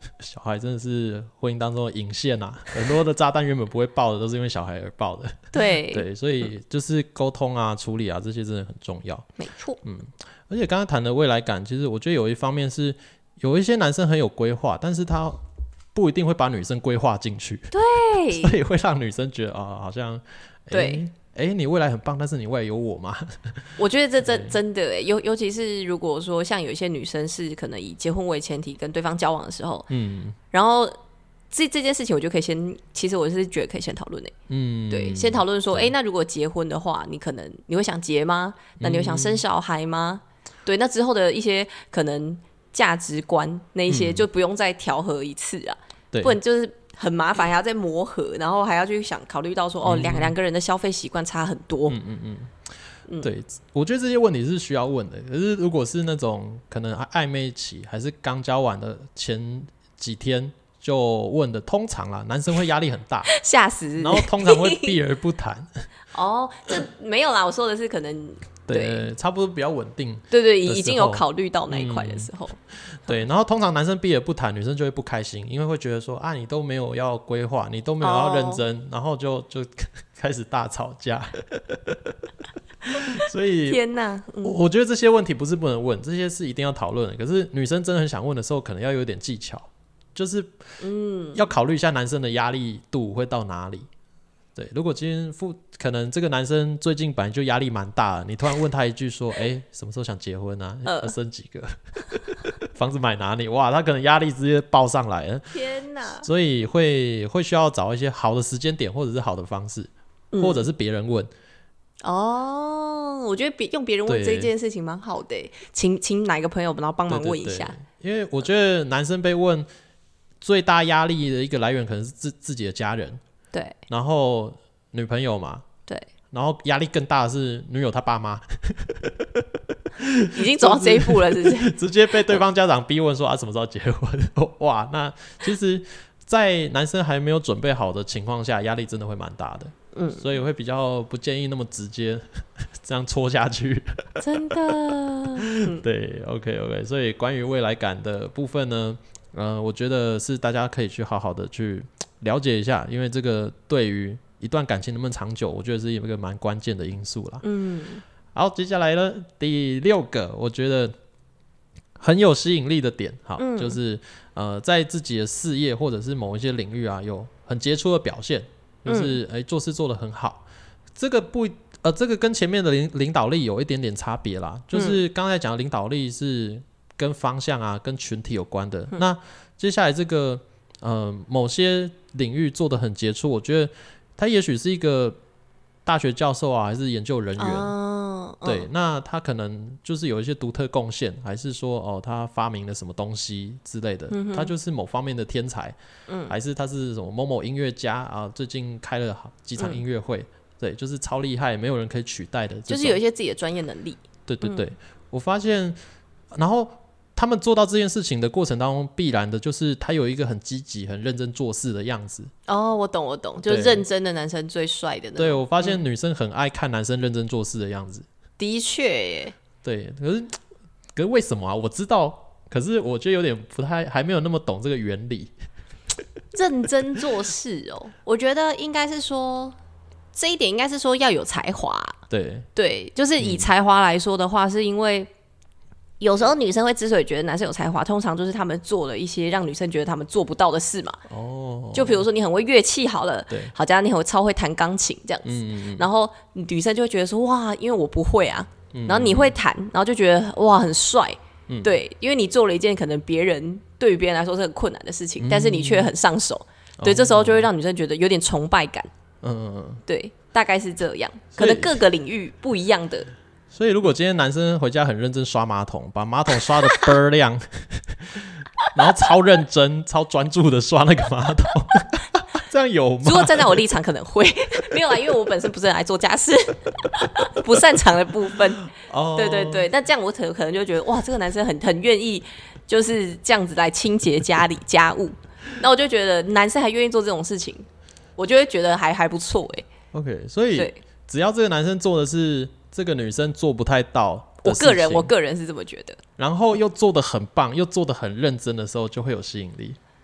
小孩真的是婚姻当中的引线啊，很多的炸弹原本不会爆的，都是因为小孩而爆的。 对对，所以就是沟通啊、处理啊这些真的很重要。 没错。 而且刚刚谈的未来感，其实我觉得有一方面是有一些男生很有规划，但是他不一定会把女生规划进去， 对， 所以会让女生觉得好像对。 你未来很棒，但是你未来有我吗？ 我觉得这真的尤其是如果说像有一些女生是可能以结婚为前提跟对方交往的时候，然后这件事情我就可以其实我是觉得可以先讨论对，先讨论说，那如果结婚的话，你会想结吗？那你会想生小孩吗？对，那之后的一些可能价值观那一些就不用再调和一次啊，不然就是很麻烦，还要再磨合，然后还要去考虑到说，两个人的消费习惯差很多。 对，我觉得这些问题是需要问的。可是如果是那种可能暧昧期还是刚交往的前几天就问的，通常啦，男生会压力很大， 吓死， 然后通常会避而不谈。 这没有啦，我说的是可能。 对，差不多比较稳定。 对，已经有考虑到那一块的时候。 对，然后通常男生避而不谈，女生就会不开心，因为会觉得说你都没有要规划，你都没有要认真，然后就开始大吵架。所以天哪， 我觉得这些问题不是不能问，这些是一定要讨论的。可是女生真的很想问的时候，可能要有点技巧，就是要考虑一下男生的压力度会到哪里。对，如果今天可能这个男生最近本来就压力蛮大的，你突然问他一句说什么时候想结婚啊，要生几个房子买哪里，哇，他可能压力直接爆上来了。 天哪， 所以会需要找一些好的时间点或者是好的方式，或者是别人问。 我觉得用别人问这件事情蛮好的，请哪一个朋友然后帮忙问一下。 因为我觉得男生被问最大压力的一个来源可能是自己的家人，对，然后女朋友嘛，对，然后压力更大的是女友她爸妈。 已经走到这一步了，是不是？ 直接被对方家长逼问说什么时候结婚？哇，那其实，在男生还没有准备好的情况下，压力真的会蛮大的。所以会比较不建议那么直接这样戳下去。真的。对 ，OK， 所以关于未来感的部分呢，我觉得是大家可以去好好的去了解一下，因为这个对于一段感情能不能长久，我觉得是一个蛮关键的因素啦。好，接下来呢，第6个，我觉得很有吸引力的点，就是在自己的事业或者是某一些领域啊，有很杰出的表现，就是做事做得很好。这个跟前面的领导力有一点点差别啦，就是刚才讲的领导力是跟方向啊、跟群体有关的。那接下来这个某些领域做得很杰出，我觉得他也许是一个大学教授啊，还是研究人员。对，那他可能就是有一些独特贡献，还是说他发明了什么东西之类的，他就是某方面的天才，还是他是什么某某音乐家啊，最近开了几场音乐会，对，就是超厉害，没有人可以取代的， 就是有一些自己的专业能力。 对对对，我发现，然后他们做到这件事情的过程当中，必然的就是他有一个很积极、很认真做事的样子。 我懂，就是认真的男生最帅的那种。 对，我发现女生很爱看男生认真做事的样子。 的确耶。对， 可是为什么啊？我知道，可是我觉得有点还没有那么懂这个原理。 认真做事我觉得应该是说这一点应该是说要有才华。对，就是以才华来说的话，是因为有时候女生会之所以觉得男生有才华，通常就是他们做了一些让女生觉得他们做不到的事嘛。就比如说你很会乐器好了，好加你超会弹钢琴这样子，然后女生就会觉得说哇，因为我不会啊，然后你会弹，然后就觉得哇很帅。对，因为你做了一件可能对于别人来说是很困难的事情，但是你却很上手。对，这时候就会让女生觉得有点崇拜感。对，大概是这样，可能各个领域不一样的。 所以如果今天男生回家很认真刷马桶，把马桶刷得倍儿亮，然后超认真超专注的刷那个马桶，这样有吗？ 如果站在我立场可能会没有啦，因为我本身不是很爱做家事，不擅长的部分。对，那这样我可能就觉得哇，这个男生很愿意就是这样子来清洁家里家务，那我就觉得男生还愿意做这种事情，我就会觉得还不错 OK， 所以只要这个男生做的是这个女生做不太到的事情， 我个人是这么觉得， 然后又做得很棒，又做得很认真的时候，就会有吸引力。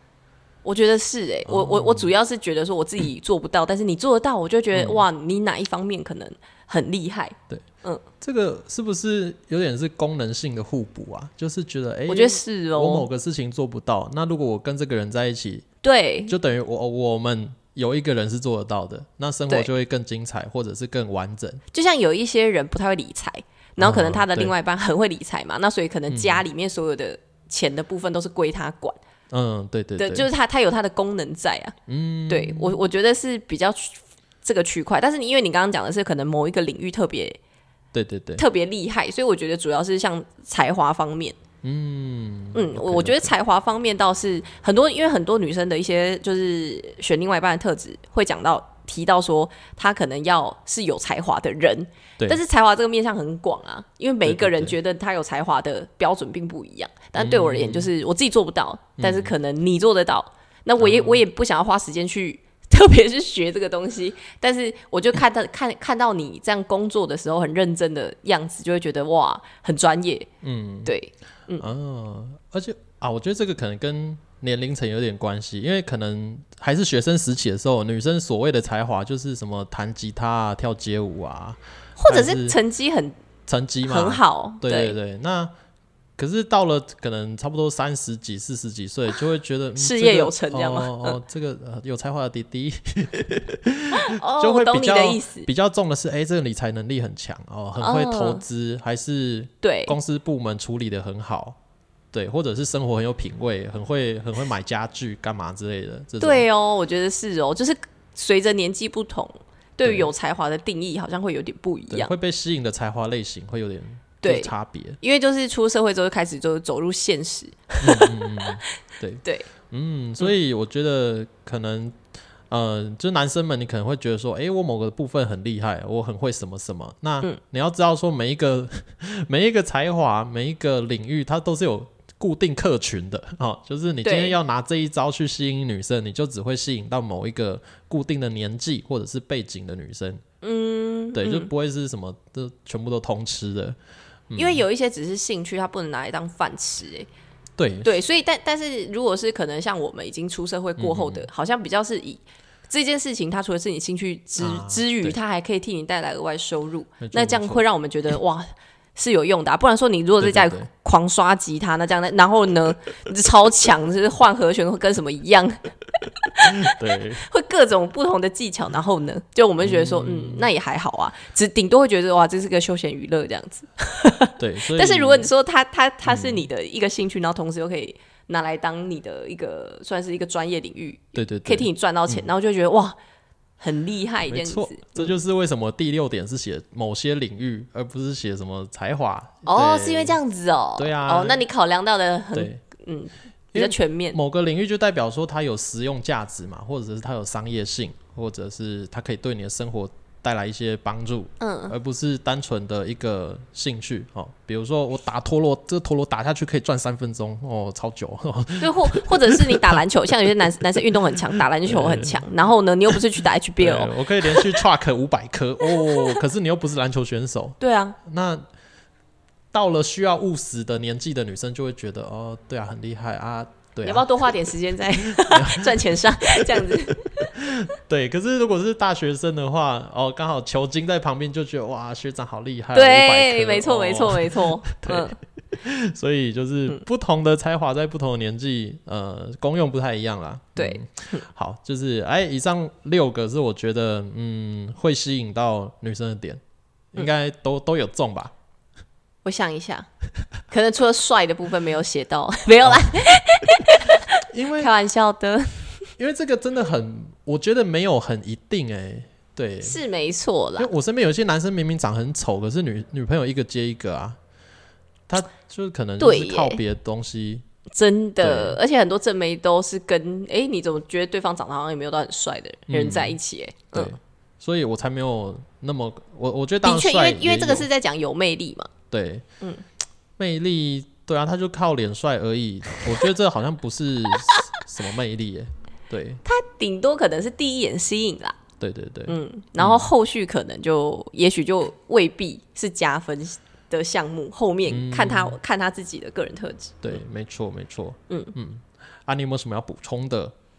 我觉得是我主要是觉得说我自己做不到，但是你做得到，我就觉得哇，你哪一方面可能很厉害。 对，这个是不是有点是功能性的互补啊？就是觉得我觉得是我某个事情做不到，那如果我跟这个人在一起， 对， 就等于我们有一个人是做得到的，那生活就会更精彩，或者是更完整。就像有一些人不太会理财，然后可能他的另外一半很会理财嘛，那所以可能家里面所有的钱的部分都是归他管。对，就是他有他的功能在啊。对，我觉得是比较这个区块，但是因为你刚刚讲的是可能某一个领域特别特别厉害，所以我觉得主要是像才华方面。我觉得才华方面倒是很多，因为很多女生的一些就是选另外一半的特质会提到说他可能要是有才华的人，但是才华这个面向很广啊，因为每一个人觉得他有才华的标准并不一样。但对我而言，就是我自己做不到，但是可能你做得到，那我也不想要花时间去特别是学这个东西，但是我就看到你这样工作的时候很认真的样子，就会觉得哇，很专业。对， 而且我觉得这个可能跟年龄层有点关系，因为可能还是学生时期的时候，女生所谓的才华就是什么弹吉他啊、跳街舞啊， 或者是成绩嘛很好。 对，那可是到了可能差不多30几、40几岁，就会觉得事业有成这样吗？ 这个有才华的弟弟就会比较重的是，这个理财能力很强很会投资，还是公司部门处理的很好。对，或者是生活很有品味，很会买家具干嘛之类的。 对我觉得是就是随着年纪不同，对于有才华的定义好像会有点不一样， 会被吸引的才华类型会有点差别。 因为就是出社会之后开始就走入现实。 对，所以我觉得可能就男生们，你可能会觉得说，我某个部分很厉害，我很会什么什么。那你要知道说，每一个才华，每一个领域，它都是有固定客群的就是你今天要拿这一招去吸引女生，你就只会吸引到某一个固定的年纪或者是背景的女生。对，就不会是什么都全部都通吃的。 因为有一些只是兴趣，它不能拿来当饭吃。 对， 所以但是如果是可能像我们已经出社会过后的，好像比较是以这件事情，它除了是你兴趣之余，它还可以替你带来额外收入，那这样会让我们觉得哇是有用的不然说你如果在家里狂刷吉他，那这样然后呢超强，就是换和弦会跟什么一样。 对， 会各种不同的技巧，然后呢就我们觉得说那也还好啊，顶多会觉得哇这是个休闲娱乐这样子。 对，所以但是如果你说它是你的一个兴趣，然后同时又可以拿来当你的一个算是一个专业领域， 对， 可以替你赚到钱，然后就觉得哇很厉害这样子。没错， 这就是为什么第6点是写某些领域，而不是写什么才华。 是因为这样子对啊。那你考量到的很比较全面， 某个领域就代表说它有实用价值嘛，或者是它有商业性，或者是它可以对你的生活带来一些帮助，而不是单纯的一个兴趣比如说我打陀螺，这个陀螺打下去可以转3分钟超久。 对，或者是你打篮球，像有些男生运动很强，打篮球很强，然后呢你又不是去打 HBL， 我可以连续 truck 500颗可是你又不是篮球选手。 对啊， 那到了需要务实的年纪的女生就会觉得对啊很厉害啊。对你要不要多花点时间在赚钱上这样子。 对，可是如果是大学生的话刚好球精在旁边就觉得哇学长好厉害。 对，没错没错。 对，所以就是不同的才华在不同的年纪功用不太一样啦。 对， 好，就是以上6个是我觉得会吸引到女生的点，应该都有中吧。 我想一下，可能除了帅的部分没有写到，没有啦。 因为开玩笑的， 因为这个真的我觉得没有很一定对， 是没错啦。 因为我身边有些男生明明长很丑，可是女朋友一个接一个啊，他就可能就是靠别的东西。 真的，而且很多正妹都是跟你怎么觉得对方长得好像也没有到很帅的人在一起对，所以我才没有那么我觉得当然帅的确，因为这个是在讲有魅力嘛。 对，魅力，对啊，他就靠脸帅而已。我觉得这好像不是什么魅力对， 他顶多可能是第一眼吸引啦。 对， 然后后续可能也许就未必是加分的项目，后面看他自己的个人特质。 对，没错。你有没有什么要补充的？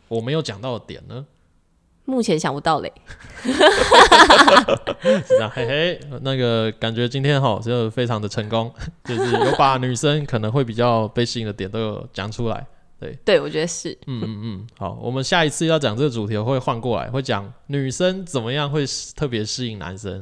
我没有讲到的点呢？ 目前想不到嘞。 是这样，嘿嘿，那个感觉今天就非常的成功，就是有把女生可能会比较被吸引的点都有讲出来。 对，我觉得是。 好，我们下一次要讲这个主题会换过来，会讲女生怎么样会特别吸引男生。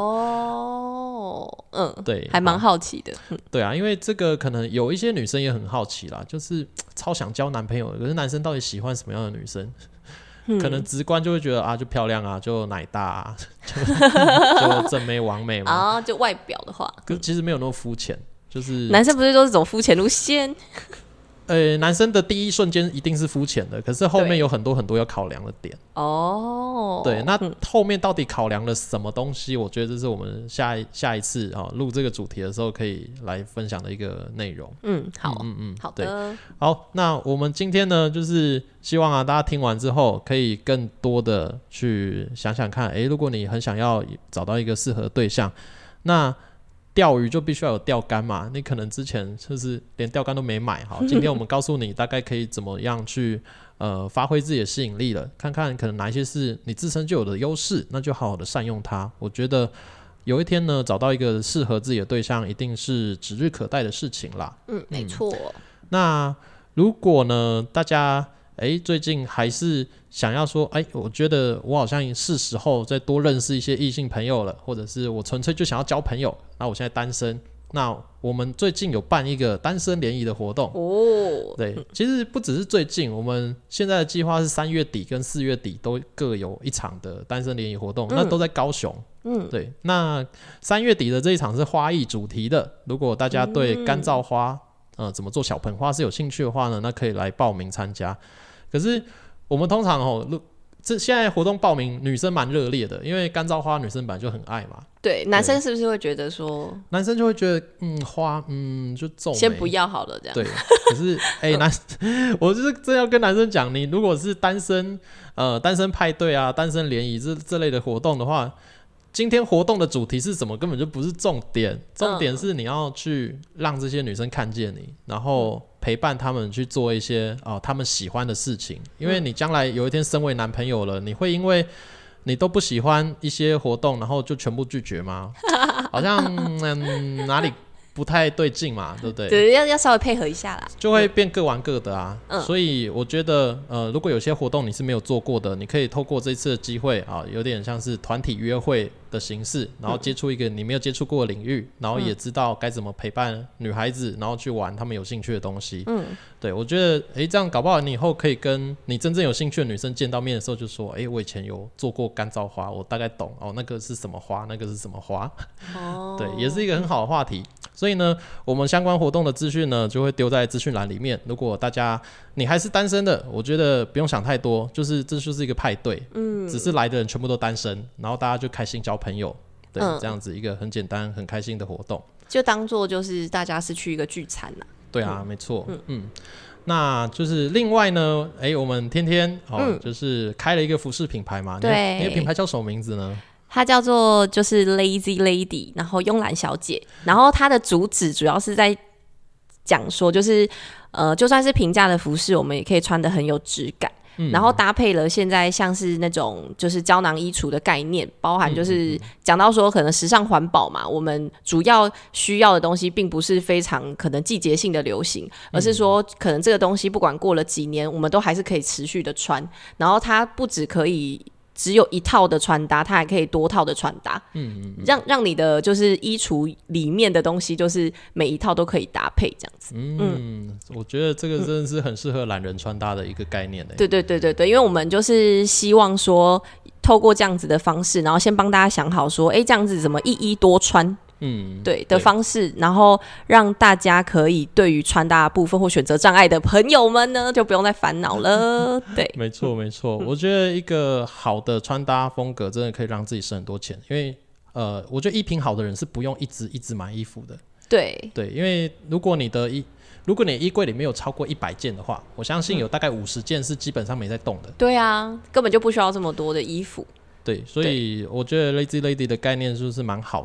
对， 还蛮好奇的。 对啊，因为这个可能有一些女生也很好奇啦，就是超想交男朋友的，可是男生到底喜欢什么样的女生？可能直观就会觉得啊，就漂亮啊，就奶大啊，就正妹王妹嘛。 就外表的话， 可是其实没有那么肤浅，就是男生不是都是走肤浅路线？ 男生的第一瞬间一定是肤浅的，可是后面有很多很多要考量的点。对，那后面到底考量了什么东西？我觉得这是我们下一次录这个主题的时候可以来分享的一个内容。 好的。 好，那我们今天呢，就是希望大家听完之后可以更多的去想想看，如果你很想要找到一个适合的对象，那钓鱼就必须要有钓竿嘛，你可能之前就是连钓竿都没买。好，今天我们告诉你大概可以怎么样去发挥自己的吸引力了，看看可能哪一些是你自身就有的优势，那就好好的善用它。我觉得有一天呢，找到一个适合自己的对象一定是指日可待的事情啦。 没错。 那如果呢大家最近还是想要说我觉得我好像是时候再多认识一些异性朋友了，或者是我纯粹就想要交朋友，那我现在单身，那我们最近有办一个单身联谊的活动。对，其实不只是最近，我们现在的计划是3月底跟4月底都各有一场的单身联谊活动，那都在高雄。对，那3月底的这一场是花艺主题的，如果大家对干燥花怎么做小盆花是有兴趣的话呢，那可以来报名参加。可是我们通常现在活动报名女生蛮热烈的，因为干燥花女生本来就很爱嘛。 对，男生是不是会觉得说，男生就会觉得花就皱眉， 先不要好了这样。 对，可是我就是真要跟男生讲，你如果是单身派对啊、单身联谊这类的活动的话，今天活动的主题是什么根本就不是重点，重点是你要去让这些女生看见你，然后陪伴他们去做一些他们喜欢的事情。因为你将来有一天身为男朋友了，你会因为你都不喜欢一些活动然后就全部拒绝吗？好像哪里不太对劲嘛，对不对？ 对，要稍微配合一下啦， 就会变各玩各的啊。所以我觉得如果有些活动你是没有做过的，你可以透过这次的机会有点像是团体约会的形式，然后接触一个你没有接触过的领域，然后也知道该怎么陪伴女孩子，然后去玩他们有兴趣的东西。对，我觉得这样搞不好你以后可以跟你真正有兴趣的女生见到面的时候就说我以前有做过干燥花，我大概懂那个是什么花，那个是什么花。对，也是一个很好的话题。所以呢，我们相关活动的资讯呢，就会丢在资讯栏里面。如果大家你还是单身的，我觉得不用想太多，这就是一个派对，只是来的人全部都单身，然后大家就开心交朋友，对，这样子一个很简单、很开心的活动， 就当做就是大家是去一个聚餐啦。 对啊，没错，那就是另外呢，我们天天就是开了一个服饰品牌嘛， 对， 那个品牌叫什么名字呢？ 它叫做就是 Lazy Lady， 然后慵懒小姐，然后它的主旨主要是在讲说，就是就算是平价的服饰，我们也可以穿得很有质感。然后搭配了现在像是那种就是胶囊衣橱的概念，包含就是讲到说可能时尚环保嘛，我们主要需要的东西并不是非常可能季节性的流行，而是说可能这个东西不管过了几年，我们都还是可以持续的穿，然后它不只可以只有一套的穿搭，它还可以多套的穿搭，让你的就是衣橱里面的东西就是每一套都可以搭配这样子。 我觉得这个真的是很适合懒人穿搭的一个概念。 对，因为我们就是希望说透过这样子的方式，然后先帮大家想好说这样子怎么一衣多穿对的方式，然后让大家可以对于穿搭的部分或选择障碍的朋友们呢，就不用再烦恼了。对， 没错，我觉得一个好的穿搭风格真的可以让自己省很多钱，因为我觉得衣品好的人是不用一直买衣服的。对，因为如果你衣柜里面有超过100件的话，我相信有大概50件是基本上没在动的。 对啊，根本就不需要这么多的衣服。 对，所以我觉得 Lazy Lady 的概念就是蛮好的。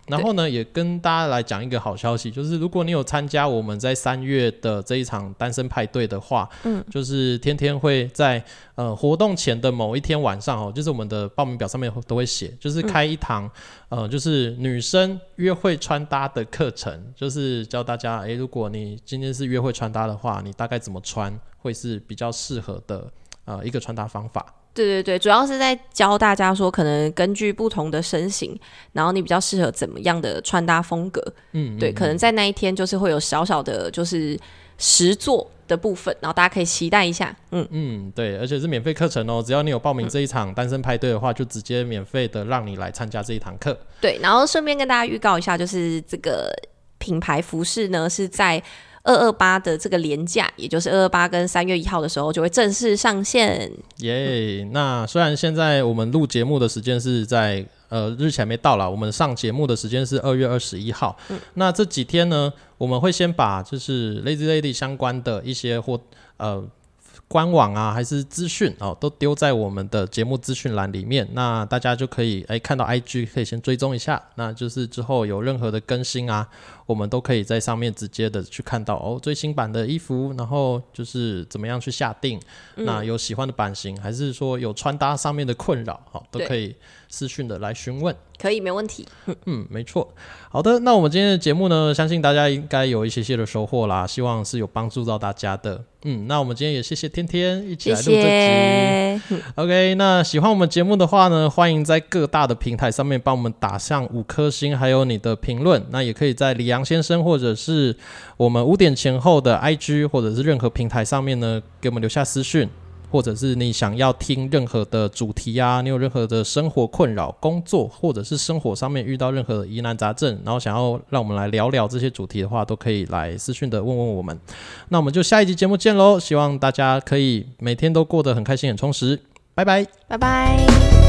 然后呢，也跟大家来讲一个好消息，就是如果你有参加我们在3月的这一场单身派对的话，就是天天会在活动前的某一天晚上就是我们的报名表上面都会写，就是开一堂就是女生约会穿搭的课程，就是教大家如果你今天是约会穿搭的话，你大概怎么穿会是比较适合的一个穿搭方法。 对对对，主要是在教大家说，可能根据不同的身形，然后你比较适合怎么样的穿搭风格。对，可能在那一天就是会有小小的，就是实作的部分，然后大家可以期待一下。 对，而且是免费课程只要你有报名这一场单身派对的话，就直接免费的让你来参加这一堂课。 对，然后顺便跟大家预告一下，就是这个品牌服饰呢是在228的这个连假，也就是228跟3月1号的时候就会正式上线。 那虽然现在我们录节目的时间是在日期还没到啦，我们上节目的时间是2月21号。那这几天呢，我们会先把就是 Lazy Lady 相关的一些官网啊还是资讯都丢在我们的节目资讯栏里面，那大家就可以看到 IG 可以先追踪一下，那就是之后有任何的更新啊，我们都可以在上面直接的去看到最新版的衣服，然后就是怎么样去下定，那有喜欢的版型还是说有穿搭上面的困扰都可以私讯的来询问。 可以，没问题。 没错。好的，那我们今天的节目呢，相信大家应该有一些的收获啦，希望是有帮助到大家的。那我们今天也谢谢天天一起来录这集。OK， 那喜欢我们节目的话呢，欢迎在各大的平台上面帮我们打上5颗星，还有你的评论。那也可以在李阳先生或者是我们5点前后的 IG 或者是任何平台上面呢，给我们留下私讯。或者是你想要听任何的主题啊，你有任何的生活困扰、工作或者是生活上面遇到任何的疑难杂症，然后想要让我们来聊聊这些主题的话，都可以来私讯的问问我们。那我们就下一集节目见咯，希望大家可以每天都过得很开心、很充实。拜拜， 拜拜。